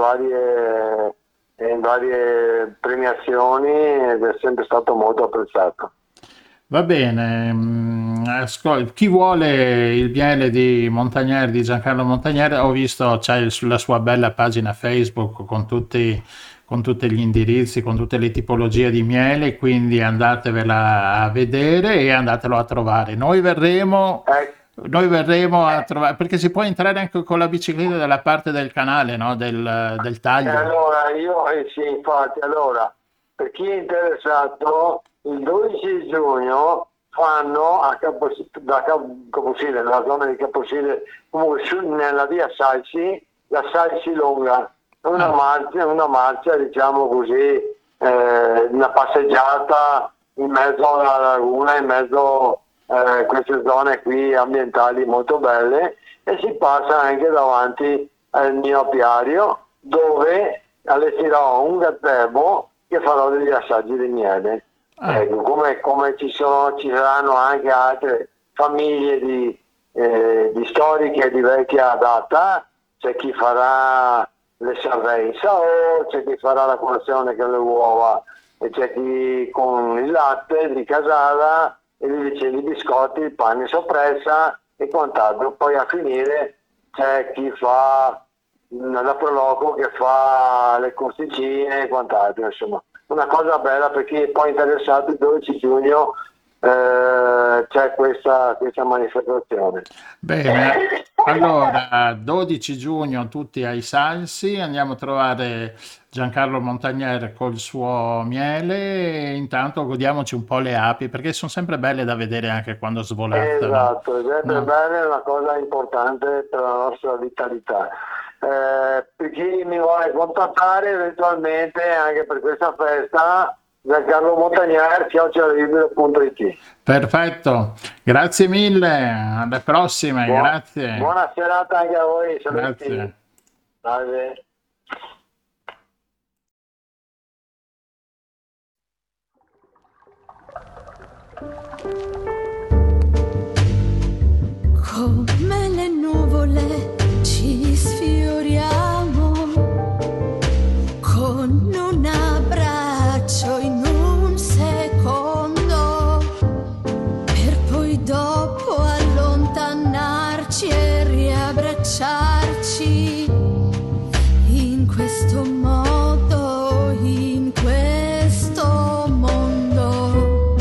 varie premiazioni ed è sempre stato molto apprezzato. Va bene, chi vuole il miele di Montagnier, di Giancarlo Montagnier, ho visto c'è sulla sua bella pagina Facebook con tutti gli indirizzi, con tutte le tipologie di miele, quindi andatevela a vedere e andatelo a trovare. Noi verremo a trovare, perché si può entrare anche con la bicicletta dalla parte del canale, no? Del taglio. Allora, sì, infatti, allora, per chi è interessato, il 12 giugno fanno da Caposile, nella zona di Caposile, comunque nella via Salsi, la Salsi Longa, una marcia, diciamo così, una passeggiata in mezzo alla laguna, in mezzo a queste zone qui ambientali molto belle, e si passa anche davanti al mio apiario, dove allestirò un gazebo che farò degli assaggi di miele. Ecco, come ci saranno anche altre famiglie di storiche di vecchia data, c'è chi farà le Sanrei in Sao, c'è chi farà la colazione con le uova, e c'è chi con il latte di Casara e i biscotti, il pane soppressa e quant'altro. Poi a finire c'è chi fa la Proloco, che fa le costicine e quant'altro, insomma. Una cosa bella per chi è poi interessato, il 12 giugno c'è questa manifestazione. Bene, Allora, 12 giugno tutti ai Salsi, andiamo a trovare Giancarlo Montagnier col suo miele e intanto godiamoci un po' le api perché sono sempre belle da vedere anche quando svolazzano. Esatto, è sempre No? bene, è una cosa importante per la nostra vitalità. Per chi mi vuole contattare eventualmente anche per questa festa, Giancarlo Montagnier, @libero.it. Perfetto, grazie mille, alle prossime, grazie. Buona serata anche a voi, saluti. Grazie. Salve. Come le nuvole ci sfioriamo con un abbraccio in un secondo, per poi dopo allontanarci e riabbracciarci in questo modo, in questo mondo.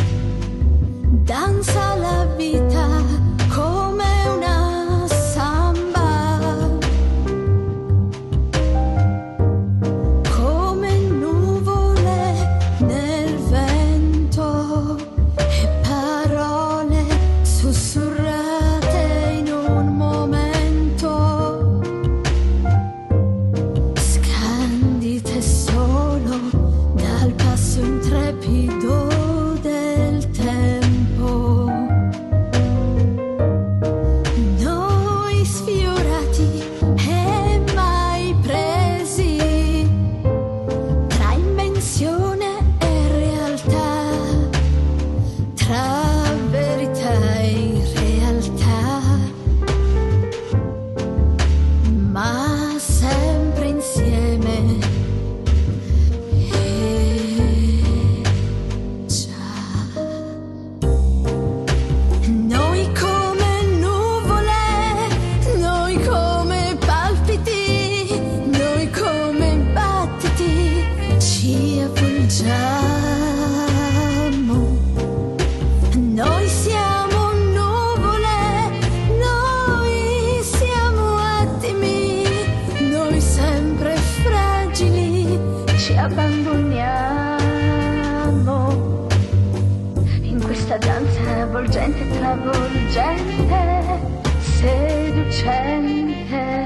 Danza la vita come una samba, come nuvole nel vento e parole sussurrate in un momento, scandite solo dal passo intrepido del tempo. Noi sfiorati e mai presi tra invenzione e realtà, tra verità e realtà, ma sempre insieme. Già. Noi come nuvole, noi come palpiti, noi come battiti, ci avvolgiamo. Noi siamo nuvole, noi siamo attimi, noi sempre fragili, ci abbandoniamo in questa danza avvolgente, travolgente, seducente.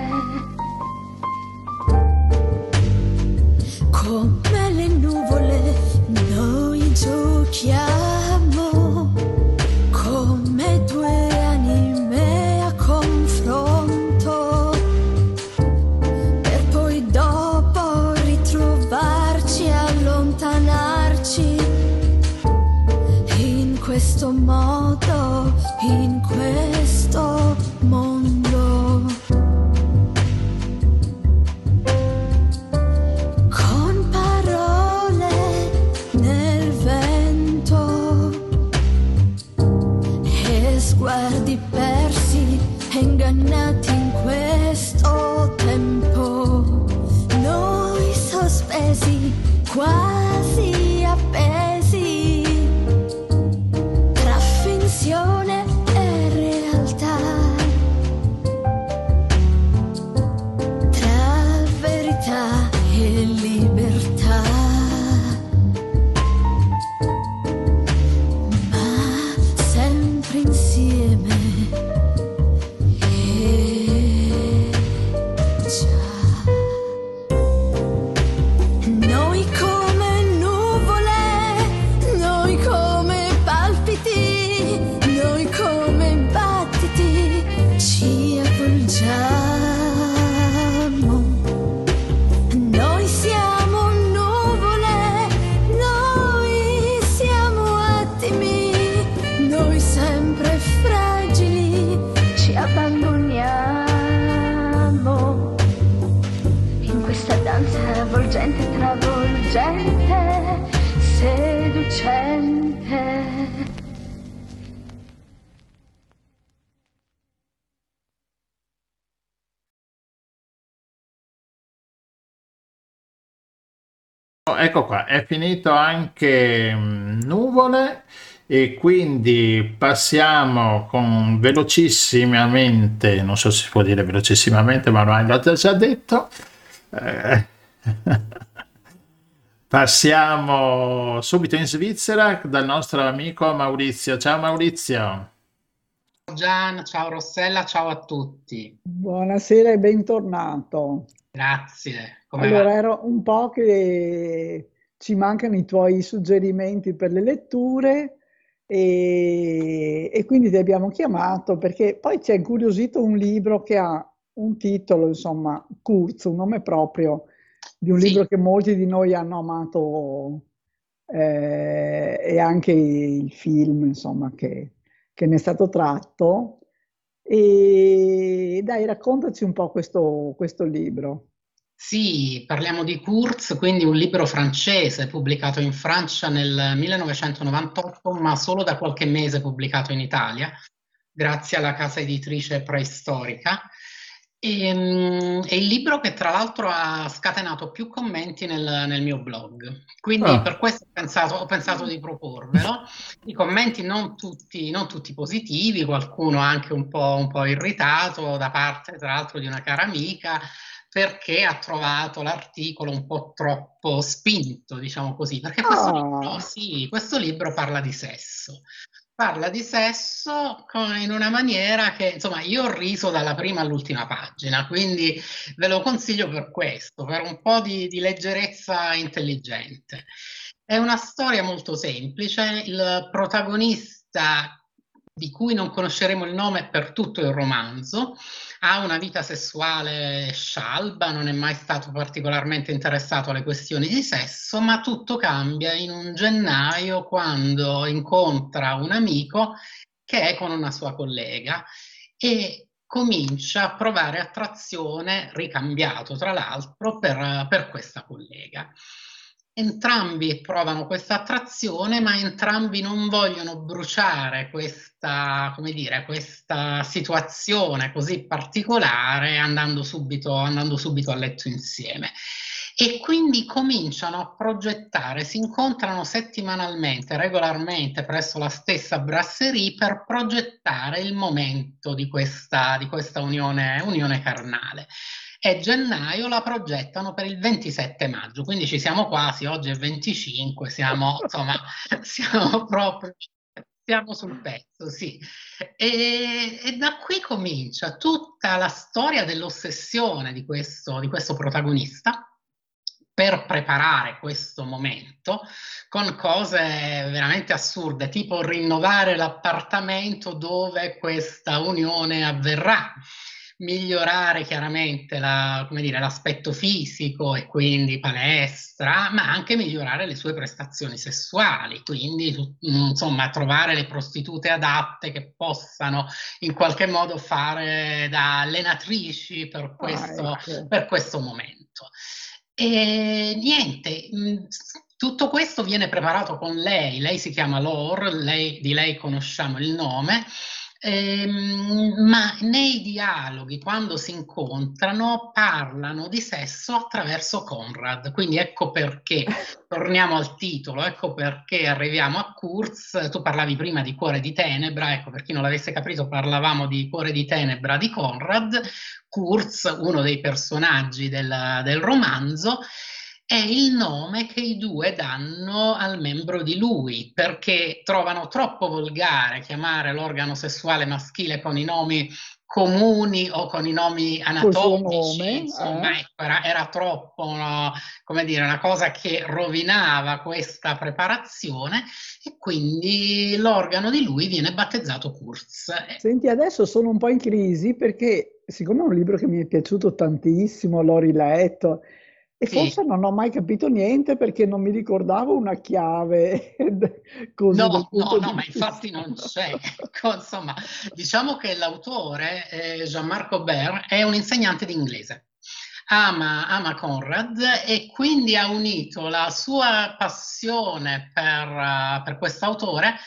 Come le nuvole noi giochiamo, come due anime a confronto, per poi dopo ritrovarci, allontanarci in questo modo, in questo mondo. Con parole nel vento e sguardi persi e ingannati in questo tempo, noi sospesi, quasi appesi, tra finzione e realtà, tra verità e libertà, ma sempre insieme. Già. Noi come nuvole, noi come palpiti, noi come battiti, ci avvolgiamo. Noi siamo nuvole, noi siamo attimi, noi sempre fragili, ci abbandoniamo in questa danza avvolgente, travolgente, seducente. Ecco qua, è finito anche Nuvole e quindi passiamo con velocissimamente, non so se si può dire velocissimamente, ma ormai l'ho già detto. Eh, Passiamo subito in Svizzera dal nostro amico Maurizio. Ciao Maurizio. Gian, ciao Rossella, ciao a tutti. Buonasera e bentornato. Grazie. Come Allora, va? ero un po' che ci mancano i tuoi suggerimenti per le letture e quindi ti abbiamo chiamato perché poi ci è incuriosito un libro che ha un titolo, insomma, Kurz, un nome proprio di un libro Sì, che molti di noi hanno amato e anche il film, insomma, che ne è stato tratto. E dai, raccontaci un po' questo libro. sì, parliamo di Kurz, quindi un libro francese pubblicato in Francia nel 1998, ma solo da qualche mese pubblicato in Italia, grazie alla casa editrice Preistorica. È il libro che tra l'altro ha scatenato più commenti nel mio blog, quindi Ah, per questo ho pensato di proporvelo. I commenti non tutti positivi, qualcuno anche un po' irritato da parte tra l'altro di una cara amica perché ha trovato l'articolo un po' troppo spinto, diciamo così, perché questo libro, Ah, sì, questo libro parla di sesso. Parla di sesso in una maniera che, insomma, io ho riso dalla prima all'ultima pagina, quindi ve lo consiglio per questo, per un po' di leggerezza intelligente. È una storia molto semplice, il protagonista di cui non conosceremo il nome per tutto il romanzo, ha una vita sessuale scialba, non è mai stato particolarmente interessato alle questioni di sesso, ma tutto cambia in un gennaio quando incontra un amico che è con una sua collega e comincia a provare attrazione, ricambiato tra l'altro, per questa collega. Entrambi provano questa attrazione, ma entrambi non vogliono bruciare questa, come dire, questa situazione così particolare andando subito a letto insieme. E quindi cominciano a progettare, si incontrano settimanalmente, regolarmente presso la stessa brasserie per progettare il momento di questa unione carnale. E gennaio la progettano per il 27 maggio, quindi ci siamo quasi, oggi è 25, siamo, insomma, siamo proprio, siamo sul pezzo, sì. E da qui comincia tutta la storia dell'ossessione di questo protagonista per preparare questo momento con cose veramente assurde, tipo rinnovare l'appartamento dove questa unione avverrà, migliorare chiaramente come dire, l'aspetto fisico e quindi palestra, ma anche migliorare le sue prestazioni sessuali, quindi insomma trovare le prostitute adatte che possano in qualche modo fare da allenatrici ecco. per questo momento. E niente, tutto questo viene preparato con lei si chiama Laure, di lei conosciamo il nome, ma nei dialoghi, quando si incontrano, parlano di sesso attraverso Conrad. Quindi ecco perché, torniamo al titolo, ecco perché arriviamo a Kurz. Tu parlavi prima di Cuore di Tenebra, ecco, per chi non l'avesse capito, parlavamo di Cuore di Tenebra di Conrad. Kurz, uno dei personaggi del romanzo, è il nome che i due danno al membro di lui, perché trovano troppo volgare chiamare l'organo sessuale maschile con i nomi comuni o con i nomi Col suo anatomici, nome, insomma, ecco, era troppo, no, come dire, una cosa che rovinava questa preparazione e quindi l'organo di lui viene battezzato Kurz. Senti, adesso sono un po' in crisi perché siccome è un libro che mi è piaciuto tantissimo, l'ho riletto e Sì. forse non ho mai capito niente perché non mi ricordavo una chiave così dal No, no, punto no, di ma vista. infatti non c'è. Ecco, insomma, diciamo che l'autore, Jean-Marc Aubert, è un insegnante di inglese. Ama Conrad e quindi ha unito la sua passione per quest'autore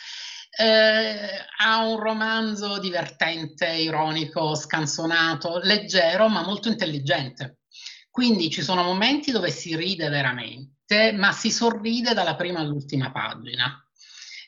a un romanzo divertente, ironico, scanzonato, leggero, ma molto intelligente. Quindi ci sono momenti dove si ride veramente, ma si sorride dalla prima all'ultima pagina.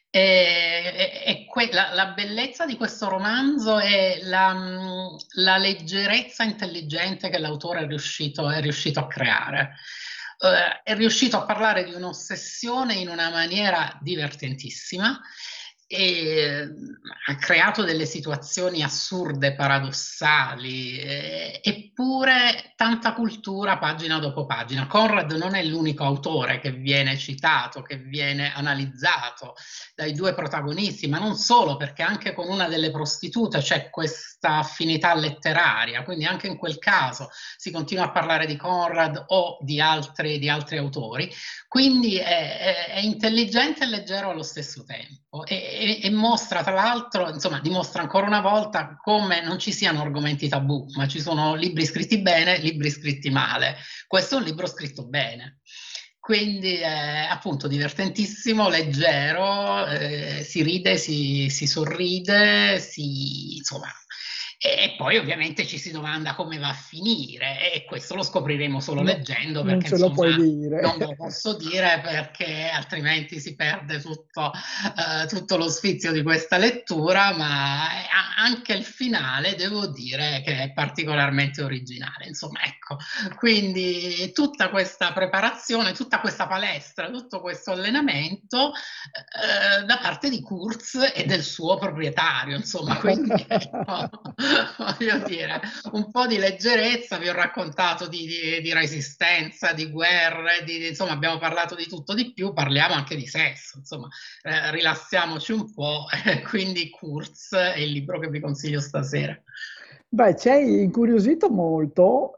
La bellezza di questo romanzo è la leggerezza intelligente che l'autore è riuscito a creare. È riuscito a parlare di un'ossessione in una maniera divertentissima e ha creato delle situazioni assurde, paradossali, eppure tanta cultura pagina dopo pagina. Conrad non è l'unico autore che viene citato, che viene analizzato dai due protagonisti, ma non solo, perché anche con una delle prostitute c'è questa affinità letteraria, quindi anche in quel caso si continua a parlare di Conrad o di altri autori. Quindi è intelligente e leggero allo stesso tempo e mostra, tra l'altro, insomma, dimostra ancora una volta come non ci siano argomenti tabù, ma ci sono libri scritti bene, libri scritti male. Questo è un libro scritto bene. Quindi è appunto divertentissimo, leggero, si ride, si sorride, insomma. E poi ovviamente ci si domanda come va a finire, e questo lo scopriremo solo leggendo, perché non ce lo puoi dire. non lo posso dire, perché altrimenti si perde tutto lo sfizio di questa lettura, ma anche il finale devo dire che è particolarmente originale. Insomma, ecco, quindi tutta questa preparazione, tutta questa palestra, tutto questo allenamento da parte di Kurz e del suo proprietario, insomma, quindi ecco, voglio dire, un po' di leggerezza. Vi ho raccontato di resistenza, di guerre, insomma, abbiamo parlato di tutto di più, parliamo anche di sesso, insomma, rilassiamoci un po'. Quindi Kurz è il libro che vi consiglio stasera. Beh, ci hai incuriosito molto,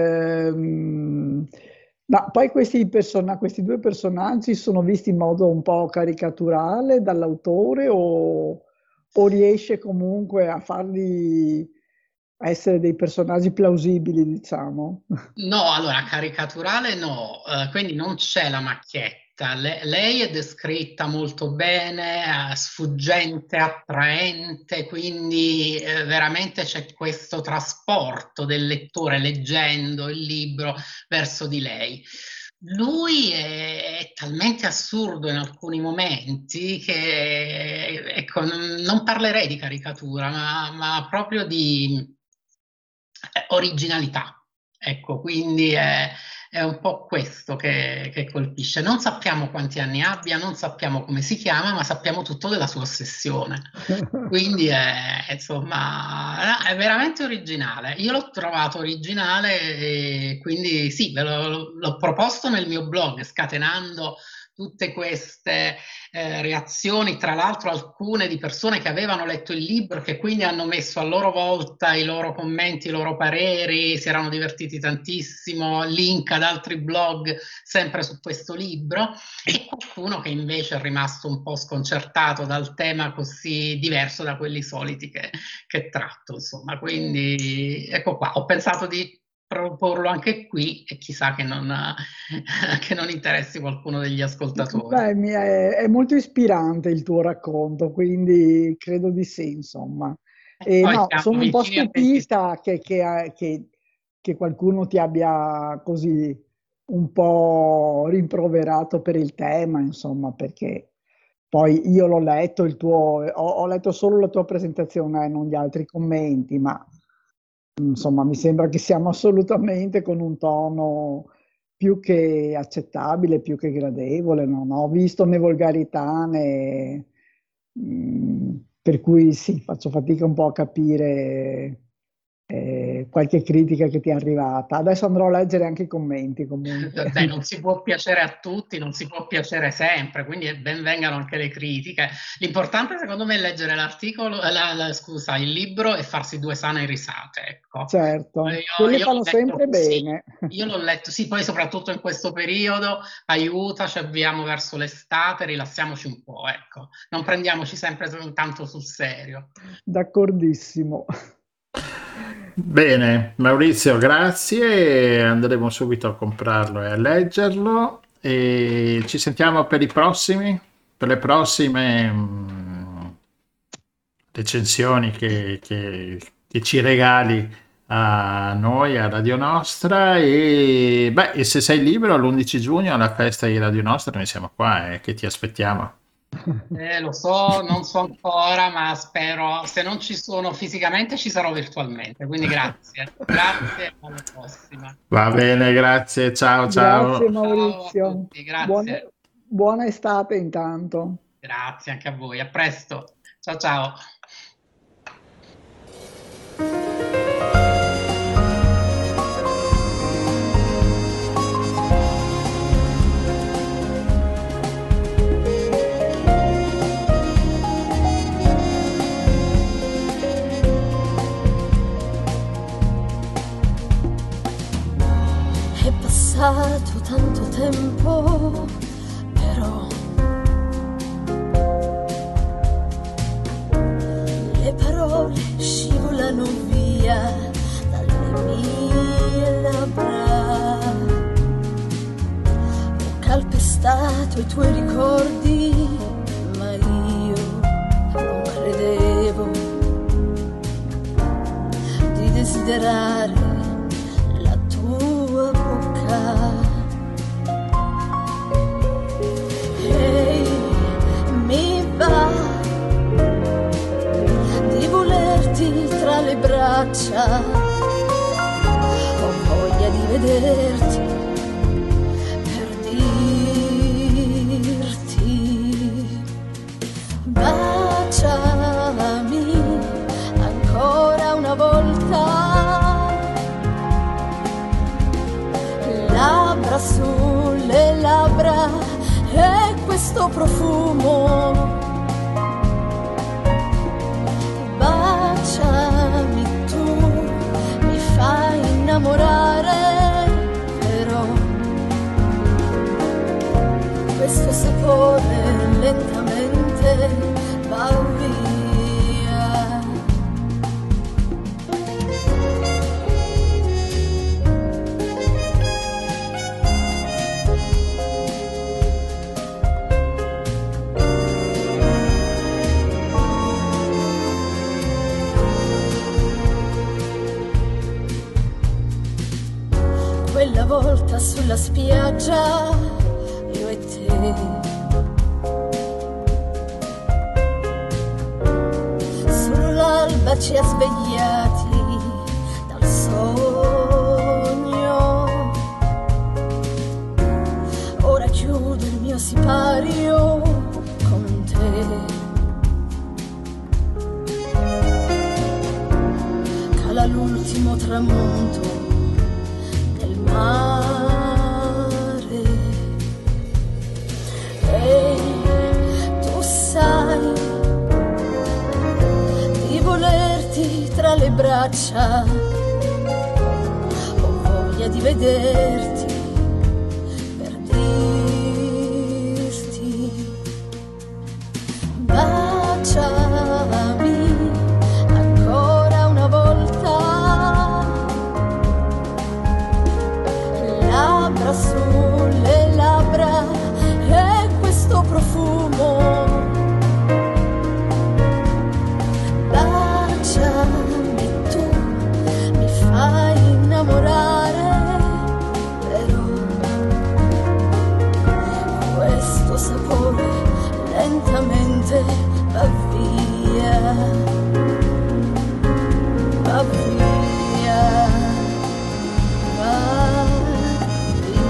ma poi questi due personaggi sono visti in modo un po' caricaturale dall'autore o riesce comunque a farli essere dei personaggi plausibili, diciamo? No, allora, caricaturale no, quindi non c'è la macchietta. Lei è descritta molto bene, sfuggente, attraente, quindi veramente c'è questo trasporto del lettore leggendo il libro verso di lei. Lui è talmente assurdo in alcuni momenti che, ecco, non parlerei di caricatura, ma proprio di originalità. Ecco, quindi è un po' questo che colpisce. Non sappiamo quanti anni abbia, non sappiamo come si chiama, ma sappiamo tutto della sua ossessione. Quindi insomma, è veramente originale. Io l'ho trovato originale e quindi sì, l'ho proposto nel mio blog, scatenando tutte queste reazioni, tra l'altro alcune di persone che avevano letto il libro, che quindi hanno messo a loro volta i loro commenti, i loro pareri, si erano divertiti tantissimo, link ad altri blog sempre su questo libro, e qualcuno che invece è rimasto un po' sconcertato dal tema così diverso da quelli soliti che tratto, insomma. Quindi ecco qua, ho pensato di proporlo anche qui e chissà che non interessi qualcuno degli ascoltatori. Beh, è molto ispirante il tuo racconto, quindi credo di sì, insomma. E no, sono un po' stupita che qualcuno ti abbia così un po' rimproverato per il tema, insomma, perché poi io l'ho letto, ho letto solo la tua presentazione e non gli altri commenti, ma insomma, mi sembra che siamo assolutamente con un tono più che accettabile, più che gradevole. Non ho visto né volgarità né... per cui sì, faccio fatica un po' a capire qualche critica che ti è arrivata. Adesso andrò a leggere anche i commenti comunque. Beh, non si può piacere a tutti, non si può piacere sempre, quindi ben vengano anche le critiche. L'importante secondo me è leggere l'articolo, scusa, il libro e farsi due sane risate, ecco. Certo, quelle fanno sempre bene. Sì, io l'ho letto, sì, poi soprattutto in questo periodo aiuta, ci avviamo verso l'estate, rilassiamoci un po', ecco. Non prendiamoci sempre tanto sul serio. D'accordissimo. Bene, Maurizio, grazie. Andremo subito a comprarlo e a leggerlo. E ci sentiamo per le prossime recensioni che ci regali a noi, a Radio Nostra. E se sei libero l'11 giugno alla festa di Radio Nostra, noi siamo qua che ti aspettiamo. Lo so, non so ancora, ma spero, se non ci sono fisicamente, ci sarò virtualmente. Quindi grazie, grazie, alla prossima. Va bene, grazie, ciao Grazie ciao. Ciao a Maurizio. tutti, grazie. Buona estate intanto. Grazie anche a voi, a presto. Ciao ciao. È passato tanto tempo, però le parole scivolano via dalle mie labbra. Ho calpestato i tuoi ricordi, ma io non credevo di desiderare la tua bocca. Ehi, mi va di volerti tra le braccia, ho voglia di vederti per dirti baciami ancora una volta, labbra sulle labbra e questo profumo. Baciami, tu mi fai innamorare, però questo sapore lentamente va via. Quella volta sulla spiaggia, io e te, solo l'alba ci ha svegliati dal sogno. Ora chiudo il mio sipario con te. Cala l'ultimo tramonto del mare e tu sai di volerti tra le braccia, ho voglia di vederti per dirti baciami ancora una volta, labbra sulle labbra e questo profumo. Baciami, tu mi fai innamorare, però questo sapore lentamente va via, va via, va via.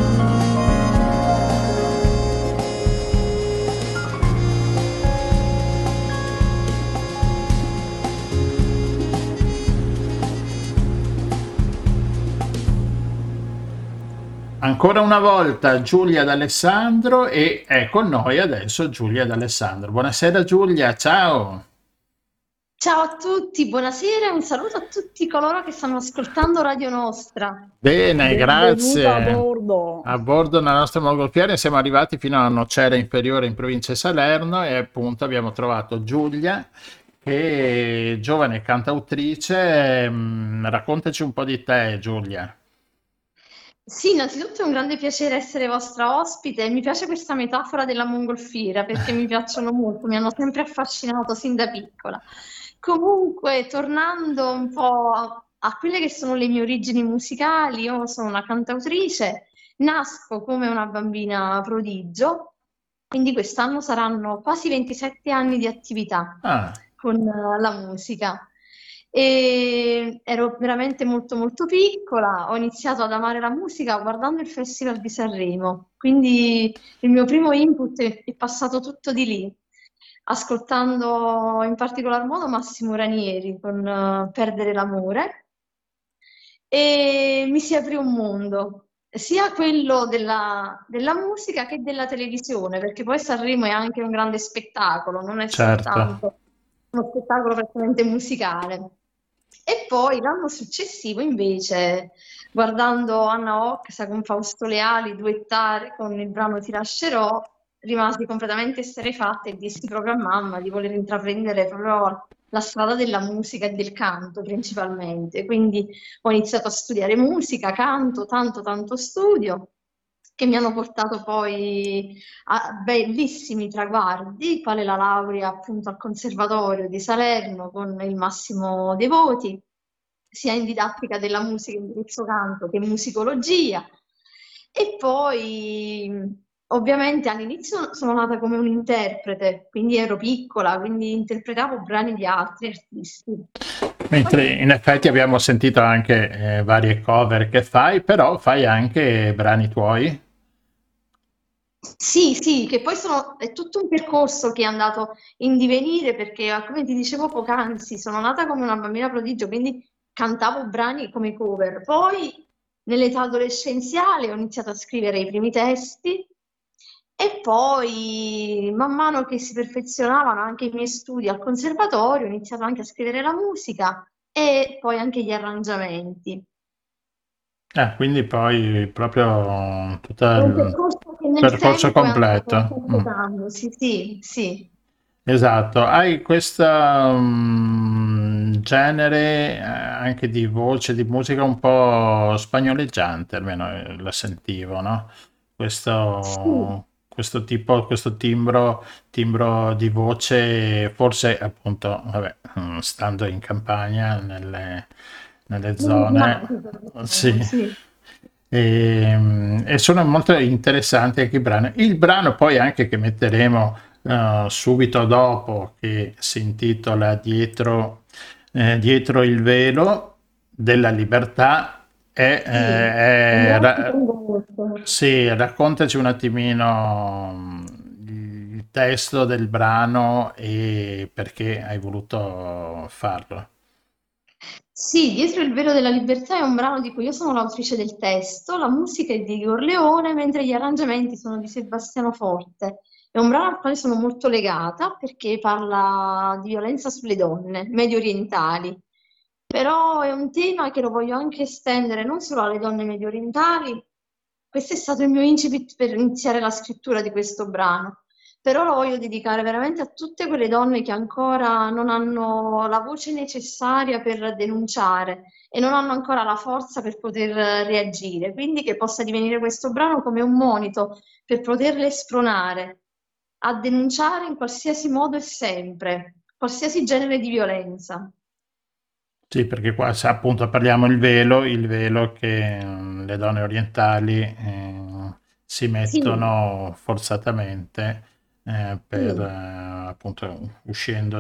Ancora una volta Giulia D'Alessandro e è con noi adesso Giulia D'Alessandro. Buonasera Giulia, ciao. Ciao a tutti, buonasera e un saluto a tutti coloro che stanno ascoltando Radio Nostra. Bene, Benvenuta a grazie. bordo. A bordo della nostra mongolfiera siamo arrivati fino alla Nocera Inferiore in provincia di Salerno e appunto abbiamo trovato Giulia, che è giovane cantautrice. Raccontaci un po' di te, Giulia. Sì, innanzitutto è un grande piacere essere vostra ospite e mi piace questa metafora della mongolfiera perché mi piacciono molto, mi hanno sempre affascinato sin da piccola. Comunque, tornando un po' a quelle che sono le mie origini musicali, io sono una cantautrice, nasco come una bambina prodigio quindi quest'anno saranno quasi 27 anni di attività Ah, con la musica. E ero veramente molto molto piccola, ho iniziato ad amare la musica guardando il Festival di Sanremo, quindi il mio primo input è passato tutto di lì, ascoltando in particolar modo Massimo Ranieri con Perdere l'amore e mi si aprì un mondo, sia quello della musica che della televisione, perché poi Sanremo è anche un grande spettacolo, non è certo. soltanto uno spettacolo prettamente musicale. E poi l'anno successivo, invece, guardando Anna Oxa con Fausto Leali duettare con il brano Ti lascerò, rimasi completamente esterrefatta e dissi proprio a mamma di voler intraprendere proprio la strada della musica e del canto principalmente. Quindi ho iniziato a studiare musica, canto, tanto tanto studio, che mi hanno portato poi a bellissimi traguardi, quale la laurea appunto al Conservatorio di Salerno con il massimo dei voti, sia in didattica della musica, indirizzo canto, che in musicologia. E poi, ovviamente, all'inizio sono nata come un interprete, quindi ero piccola, quindi interpretavo brani di altri artisti. Mentre in effetti abbiamo sentito anche varie cover che fai, però fai anche brani tuoi. Sì, sì, che poi è tutto un percorso che è andato in divenire perché, come ti dicevo poc'anzi, sono nata come una bambina prodigio, quindi cantavo brani come cover. Poi, nell'età adolescenziale, ho iniziato a scrivere i primi testi e poi, man mano che si perfezionavano anche i miei studi al conservatorio, ho iniziato anche a scrivere la musica e poi anche gli arrangiamenti. Quindi poi proprio tutto È un il percorso che nel percorso tempo è andato completo. Mm. completando, sì, sì, sì. Esatto, hai questo genere anche di voce, di musica un po' spagnoleggiante, almeno la sentivo, no? Sì, Questo tipo, questo timbro di voce, forse appunto, vabbè, stando in campagna, nelle zone, enigmatico, diciamo, sì. sì. E sono molto interessanti anche i brani. Il brano poi anche che metteremo subito dopo, che si intitola Dietro il velo della libertà, Sì, un brano che tengo molto. sì, raccontaci un attimino il testo del brano e perché hai voluto farlo. Sì, Dietro il velo della libertà è un brano di cui io sono l'autrice del testo, la musica è di Igor Leone, mentre gli arrangiamenti sono di Sebastiano Forte. È un brano al quale sono molto legata perché parla di violenza sulle donne medio orientali. Però è un tema che lo voglio anche estendere non solo alle donne medio orientali. Questo è stato il mio incipit per iniziare la scrittura di questo brano. Però lo voglio dedicare veramente a tutte quelle donne che ancora non hanno la voce necessaria per denunciare e non hanno ancora la forza per poter reagire. Quindi che possa divenire questo brano come un monito per poterle spronare a denunciare in qualsiasi modo e sempre, qualsiasi genere di violenza. Sì, perché qua appunto parliamo il velo che le donne orientali si Sì, mettono forzatamente per sì. appunto uscendo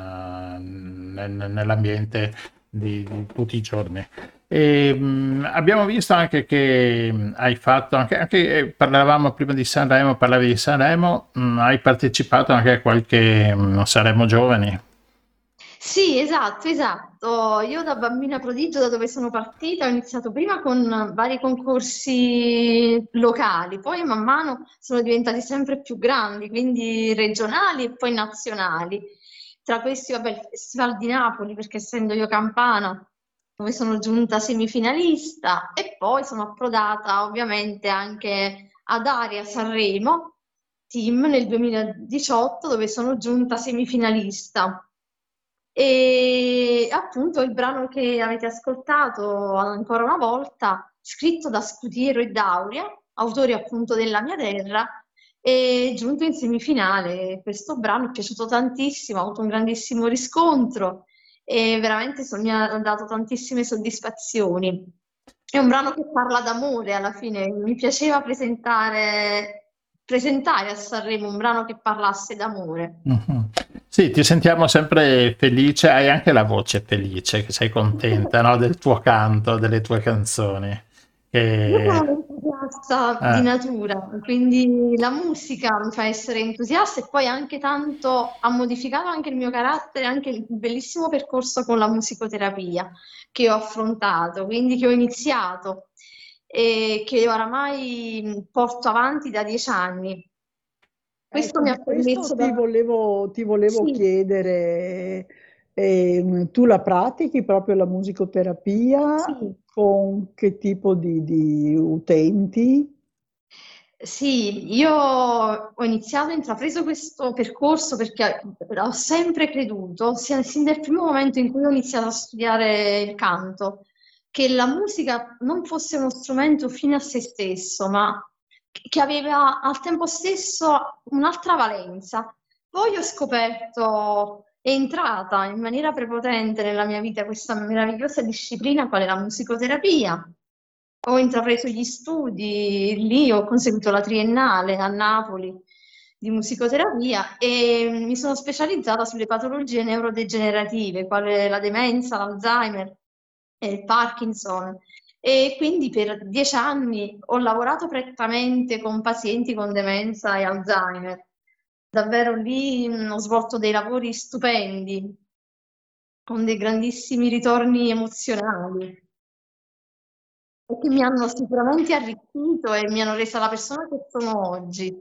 nell'ambiente di tutti i giorni. E, abbiamo visto anche che hai fatto, parlavamo prima di Sanremo, parlavi di Sanremo, hai partecipato anche a qualche Sanremo Giovani. Sì, esatto, esatto. Io da bambina prodigio, da dove sono partita, ho iniziato prima con vari concorsi locali, poi man mano sono diventati sempre più grandi, quindi regionali e poi nazionali. Tra questi, vabbè, il Festival di Napoli, perché essendo io campana, dove sono giunta semifinalista, e poi sono approdata ovviamente anche ad Aria Sanremo, team nel 2018, dove sono giunta semifinalista. E appunto il brano che avete ascoltato ancora una volta, scritto da Scutiero e Dauria, autori appunto della mia terra, è giunto in semifinale. Questo brano è piaciuto tantissimo, ha avuto un grandissimo riscontro e veramente mi ha dato tantissime soddisfazioni. È un brano che parla d'amore alla fine, mi piaceva presentare presentare a Sanremo un brano che parlasse d'amore. Mhm. Sì, ti sentiamo sempre felice, hai anche la voce felice, che sei contenta, no, del tuo canto, delle tue canzoni. Io sono E- un entusiasta di natura, quindi la musica mi fa essere entusiasta e poi anche tanto ha modificato anche il mio carattere, anche il bellissimo percorso con la musicoterapia che ho affrontato, quindi che ho iniziato e che oramai porto avanti da 10 anni. Questo Ecco, mi di ha questo permesso ti volevo sì, chiedere, tu la pratichi proprio la musicoterapia sì. con che tipo di utenti? Sì, io ho iniziato, ho intrapreso questo percorso perché ho sempre creduto, sin dal primo momento in cui ho iniziato a studiare il canto, che la musica non fosse uno strumento fine a se stesso, ma che aveva al tempo stesso un'altra valenza. Poi ho scoperto, è entrata in maniera prepotente nella mia vita questa meravigliosa disciplina qual è la musicoterapia. Ho intrapreso gli studi, lì ho conseguito la triennale a Napoli di musicoterapia e mi sono specializzata sulle patologie neurodegenerative, quale la demenza, l'Alzheimer e il Parkinson. E quindi per 10 anni ho lavorato prettamente con pazienti con demenza e Alzheimer. Davvero lì ho svolto dei lavori stupendi, con dei grandissimi ritorni emozionali e che mi hanno sicuramente arricchito e mi hanno resa la persona che sono oggi.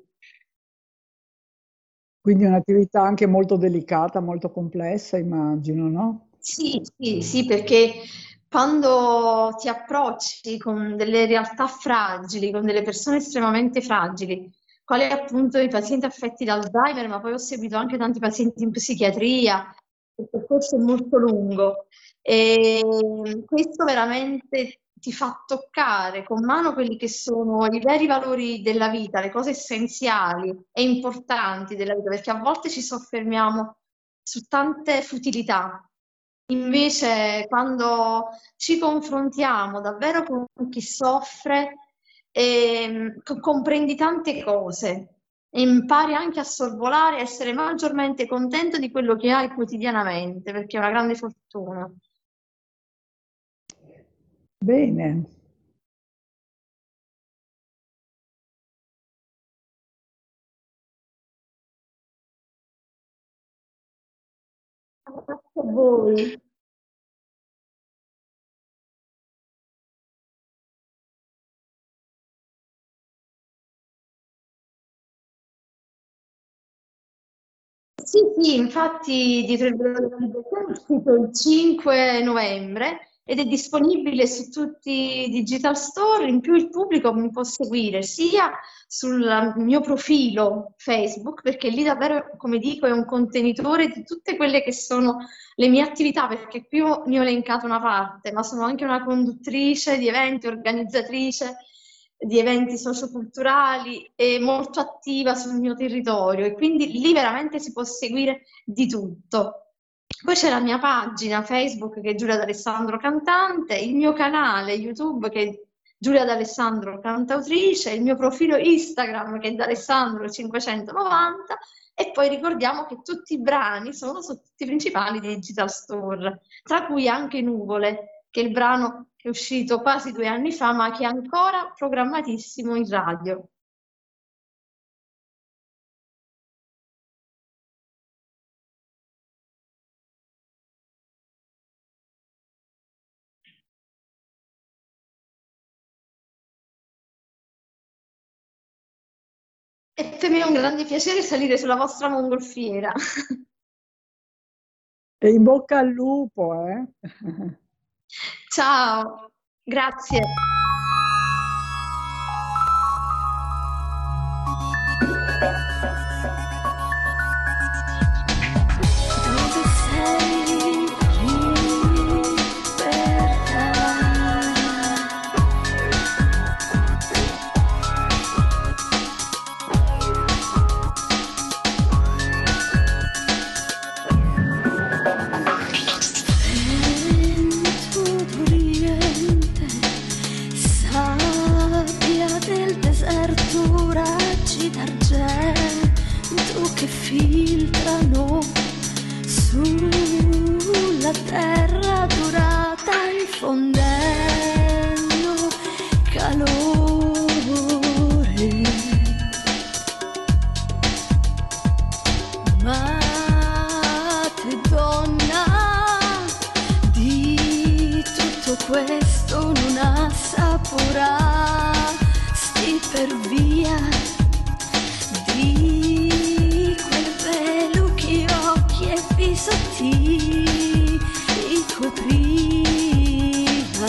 Quindi un'attività anche molto delicata, molto complessa, immagino, no? Sì, sì, sì, perché quando ti approcci con delle realtà fragili, con delle persone estremamente fragili, quali appunto i pazienti affetti da Alzheimer, ma poi ho seguito anche tanti pazienti in psichiatria, il percorso è molto lungo e questo veramente ti fa toccare con mano quelli che sono i veri valori della vita, le cose essenziali e importanti della vita, perché a volte ci soffermiamo su tante futilità. Invece, quando ci confrontiamo davvero con chi soffre, comprendi tante cose e impari anche a sorvolare e essere maggiormente contento di quello che hai quotidianamente, perché è una grande fortuna. Bene. Grazie a voi. Sì, sì, infatti dietro il velo della libertà è uscito il 5 novembre ed è disponibile su tutti i digital store. In più il pubblico mi può seguire sia sul mio profilo Facebook, perché lì davvero, come dico, è un contenitore di tutte quelle che sono le mie attività, perché qui ne ho elencato una parte, ma sono anche una conduttrice di eventi, organizzatrice di eventi socioculturali e molto attiva sul mio territorio e quindi lì veramente si può seguire di tutto. Poi c'è la mia pagina Facebook che è Giulia D'Alessandro Cantante, il mio canale YouTube che è Giulia D'Alessandro Cantautrice, il mio profilo Instagram che è D'Alessandro 590 e poi ricordiamo che tutti i brani sono su tutti i principali digital store, tra cui anche Nuvole, che è il brano che è uscito quasi 2 anni fa, ma che è ancora programmatissimo in radio. E per me è un grande piacere salire sulla vostra mongolfiera. E in bocca al lupo, eh? Ciao, grazie. Dove sei libertà? Vento d'Oriente filtrano sulla terra durata, infondendo calore. Ma te, donna, di tutto questo non assaporasti per via di quel velo che occhi e viso ti copriva.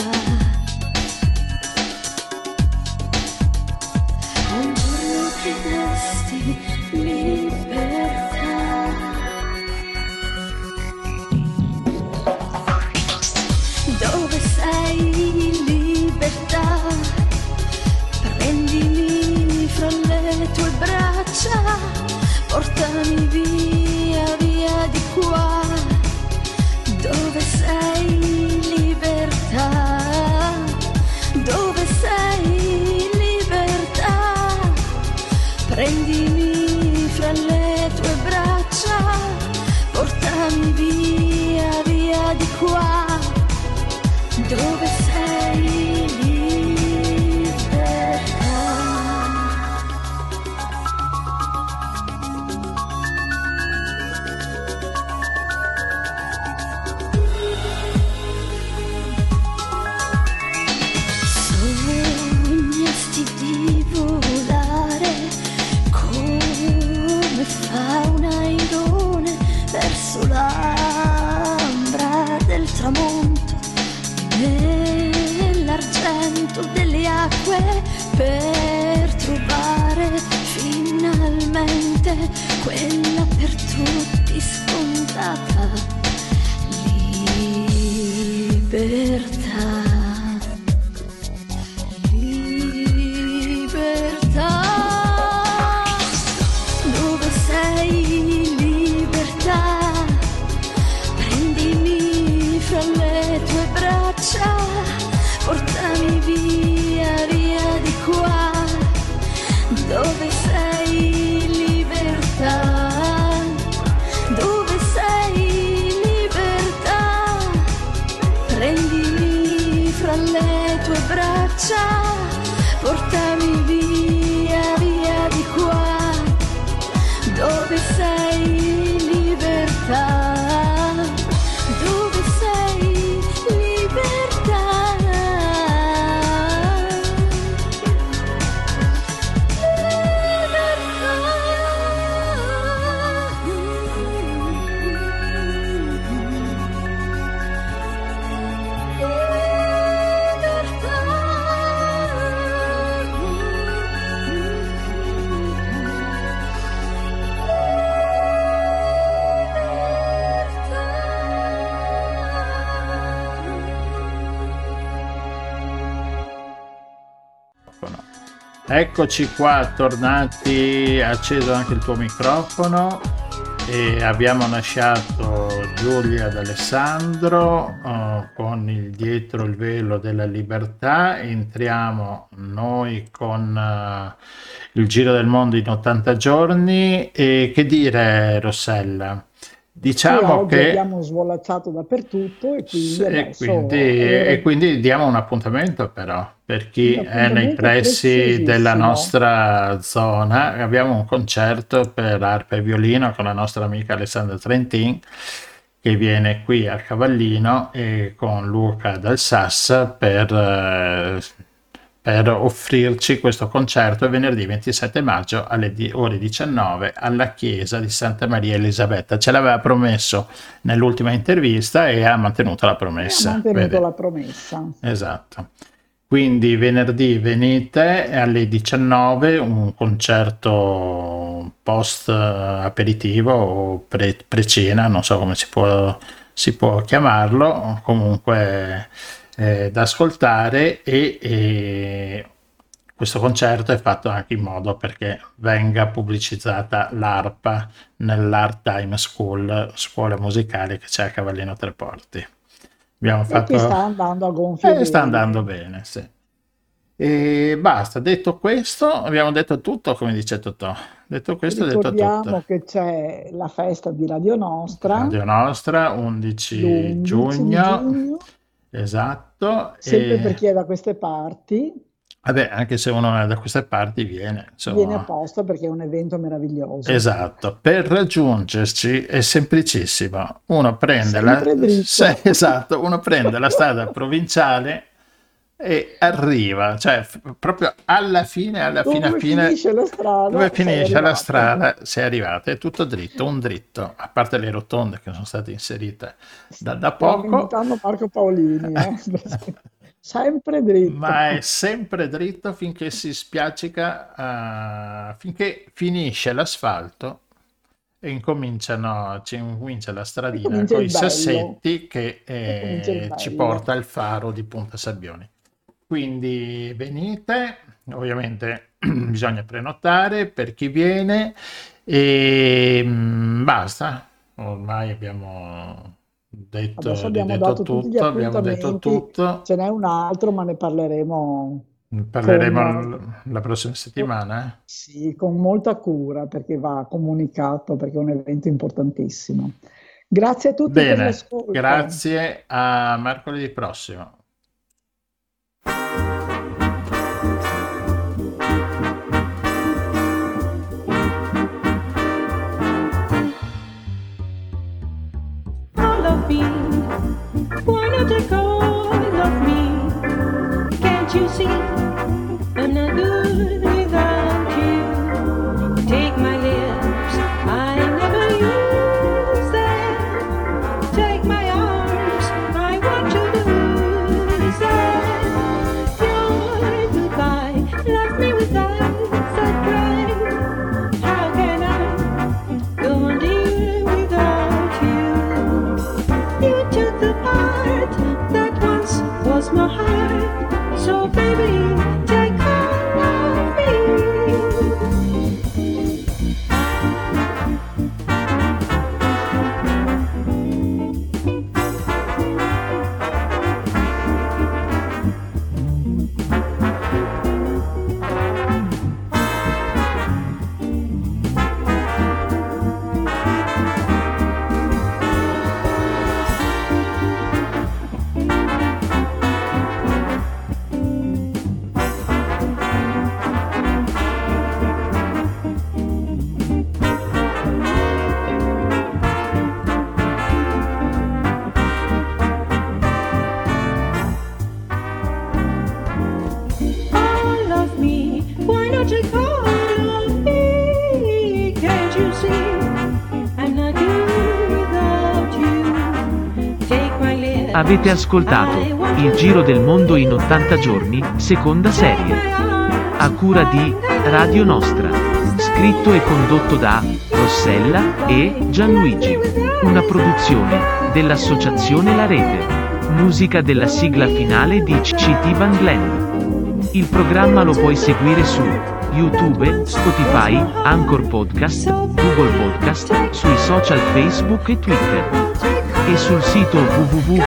Un giorno chiedesti libertà. Dove sei, libertà? Prendimi fra le tue braccia, portami via, via di qua. Dove sei, libertà? Dove sei, libertà? Prendimi fra le tue braccia, portami via, via di qua. Dove sei, libertà? Sognasti di volare come fa un airone verso l'ambra del tramonto, nell'argento delle acque, per trovare finalmente quella per tutti scontata libertà. Libertà. Dove sei, libertà? Prendimi fra le tue braccia, portami via, via di qua. Dove sei, libertà? Dove sei, libertà? Prendimi fra le tue braccia, portami via, via di qua. Dove sei, libertà? Dove sei, libertà? Eccoci qua, tornati, acceso anche il tuo microfono e abbiamo lasciato Giulia ed Alessandro con il Dietro il velo della libertà. Entriamo noi con il giro del mondo in 80 giorni e che dire, Rossella? Diciamo oggi che abbiamo svolacciato dappertto e quindi adesso e quindi diamo un appuntamento però per chi un è nei appuntamento pressi della preziosissimo. nostra zona. Abbiamo un concerto per arpa e violino con la nostra amica Alessandra Trentin che viene qui al Cavallino e con Luca dal Sassa per offrirci questo concerto venerdì 27 maggio alle ore 19 alla chiesa di Santa Maria Elisabetta. Ce l'aveva promesso nell'ultima intervista e ha mantenuto la promessa. Ha mantenuto Vede? la promessa. Esatto. Quindi venerdì venite alle 19, un concerto post aperitivo o pre-cena, non so come si può chiamarlo, comunque da ascoltare e questo concerto è fatto anche in modo perché venga pubblicizzata l'ARPA nell'Art Time School, scuola musicale che c'è a Cavallino Treporti. Abbiamo E che sta andando a gonfie sta vele. andando bene, sì. E basta, detto questo, abbiamo detto tutto, come dice Totò. Detto questo, detto Ricordiamo tutto. che c'è la festa di Radio Nostra, Radio Nostra, 11 l'11 di giugno, giugno, esatto. sempre per E chi è da queste parti, vabbè, anche se uno è da queste parti viene, viene insomma. apposta perché è un evento meraviglioso. Esatto, per raggiungerci è semplicissimo. Uno prende Sempre dritto. esatto, uno prende la strada provinciale e arriva, cioè proprio alla fine, Dove finisce la strada, dove sei finisce la arrivato. strada, sei arrivato, è tutto dritto, un dritto, a parte le rotonde che sono state inserite da Stiamo poco, imitando Marco Paolini, sempre dritto. ma è sempre dritto finché si spiaccica, finché finisce l'asfalto e comincia la stradina comincia con il i bello. sassetti che comincia il ci bello. porta al faro di Punta Sabbioni. Quindi venite, ovviamente bisogna prenotare per chi viene e basta, ormai abbiamo detto, Adesso abbiamo detto dato tutti gli tutto, abbiamo detto appuntamenti, tutto. ce n'è un altro, ma ne parleremo La prossima settimana. Sì, con molta cura perché va comunicato, perché è un evento importantissimo. Grazie a tutti per Bene, l'ascolto. grazie, a mercoledì prossimo. All of me, why not take all of me? Can't you see I'm not good without you? Take my lips, I never use them. Take my arms, I want to lose them. Your goodbye left me with eyes that cry. How can I go on, dear, without you? You took the part that once was my heart. So baby, take all of me. All of me, why not take all of me? Can't you see I'm not good without you? Take my lips, Avete ascoltato Il Giro del Mondo in 80 giorni, seconda serie, a cura di Radio Nostra, scritto e condotto da Rossella e Gianluigi, una produzione dell'associazione La Rete, musica della sigla finale di CT Band. Il programma lo puoi seguire su YouTube, Spotify, Anchor Podcast, Google Podcast, sui social Facebook e Twitter e sul sito www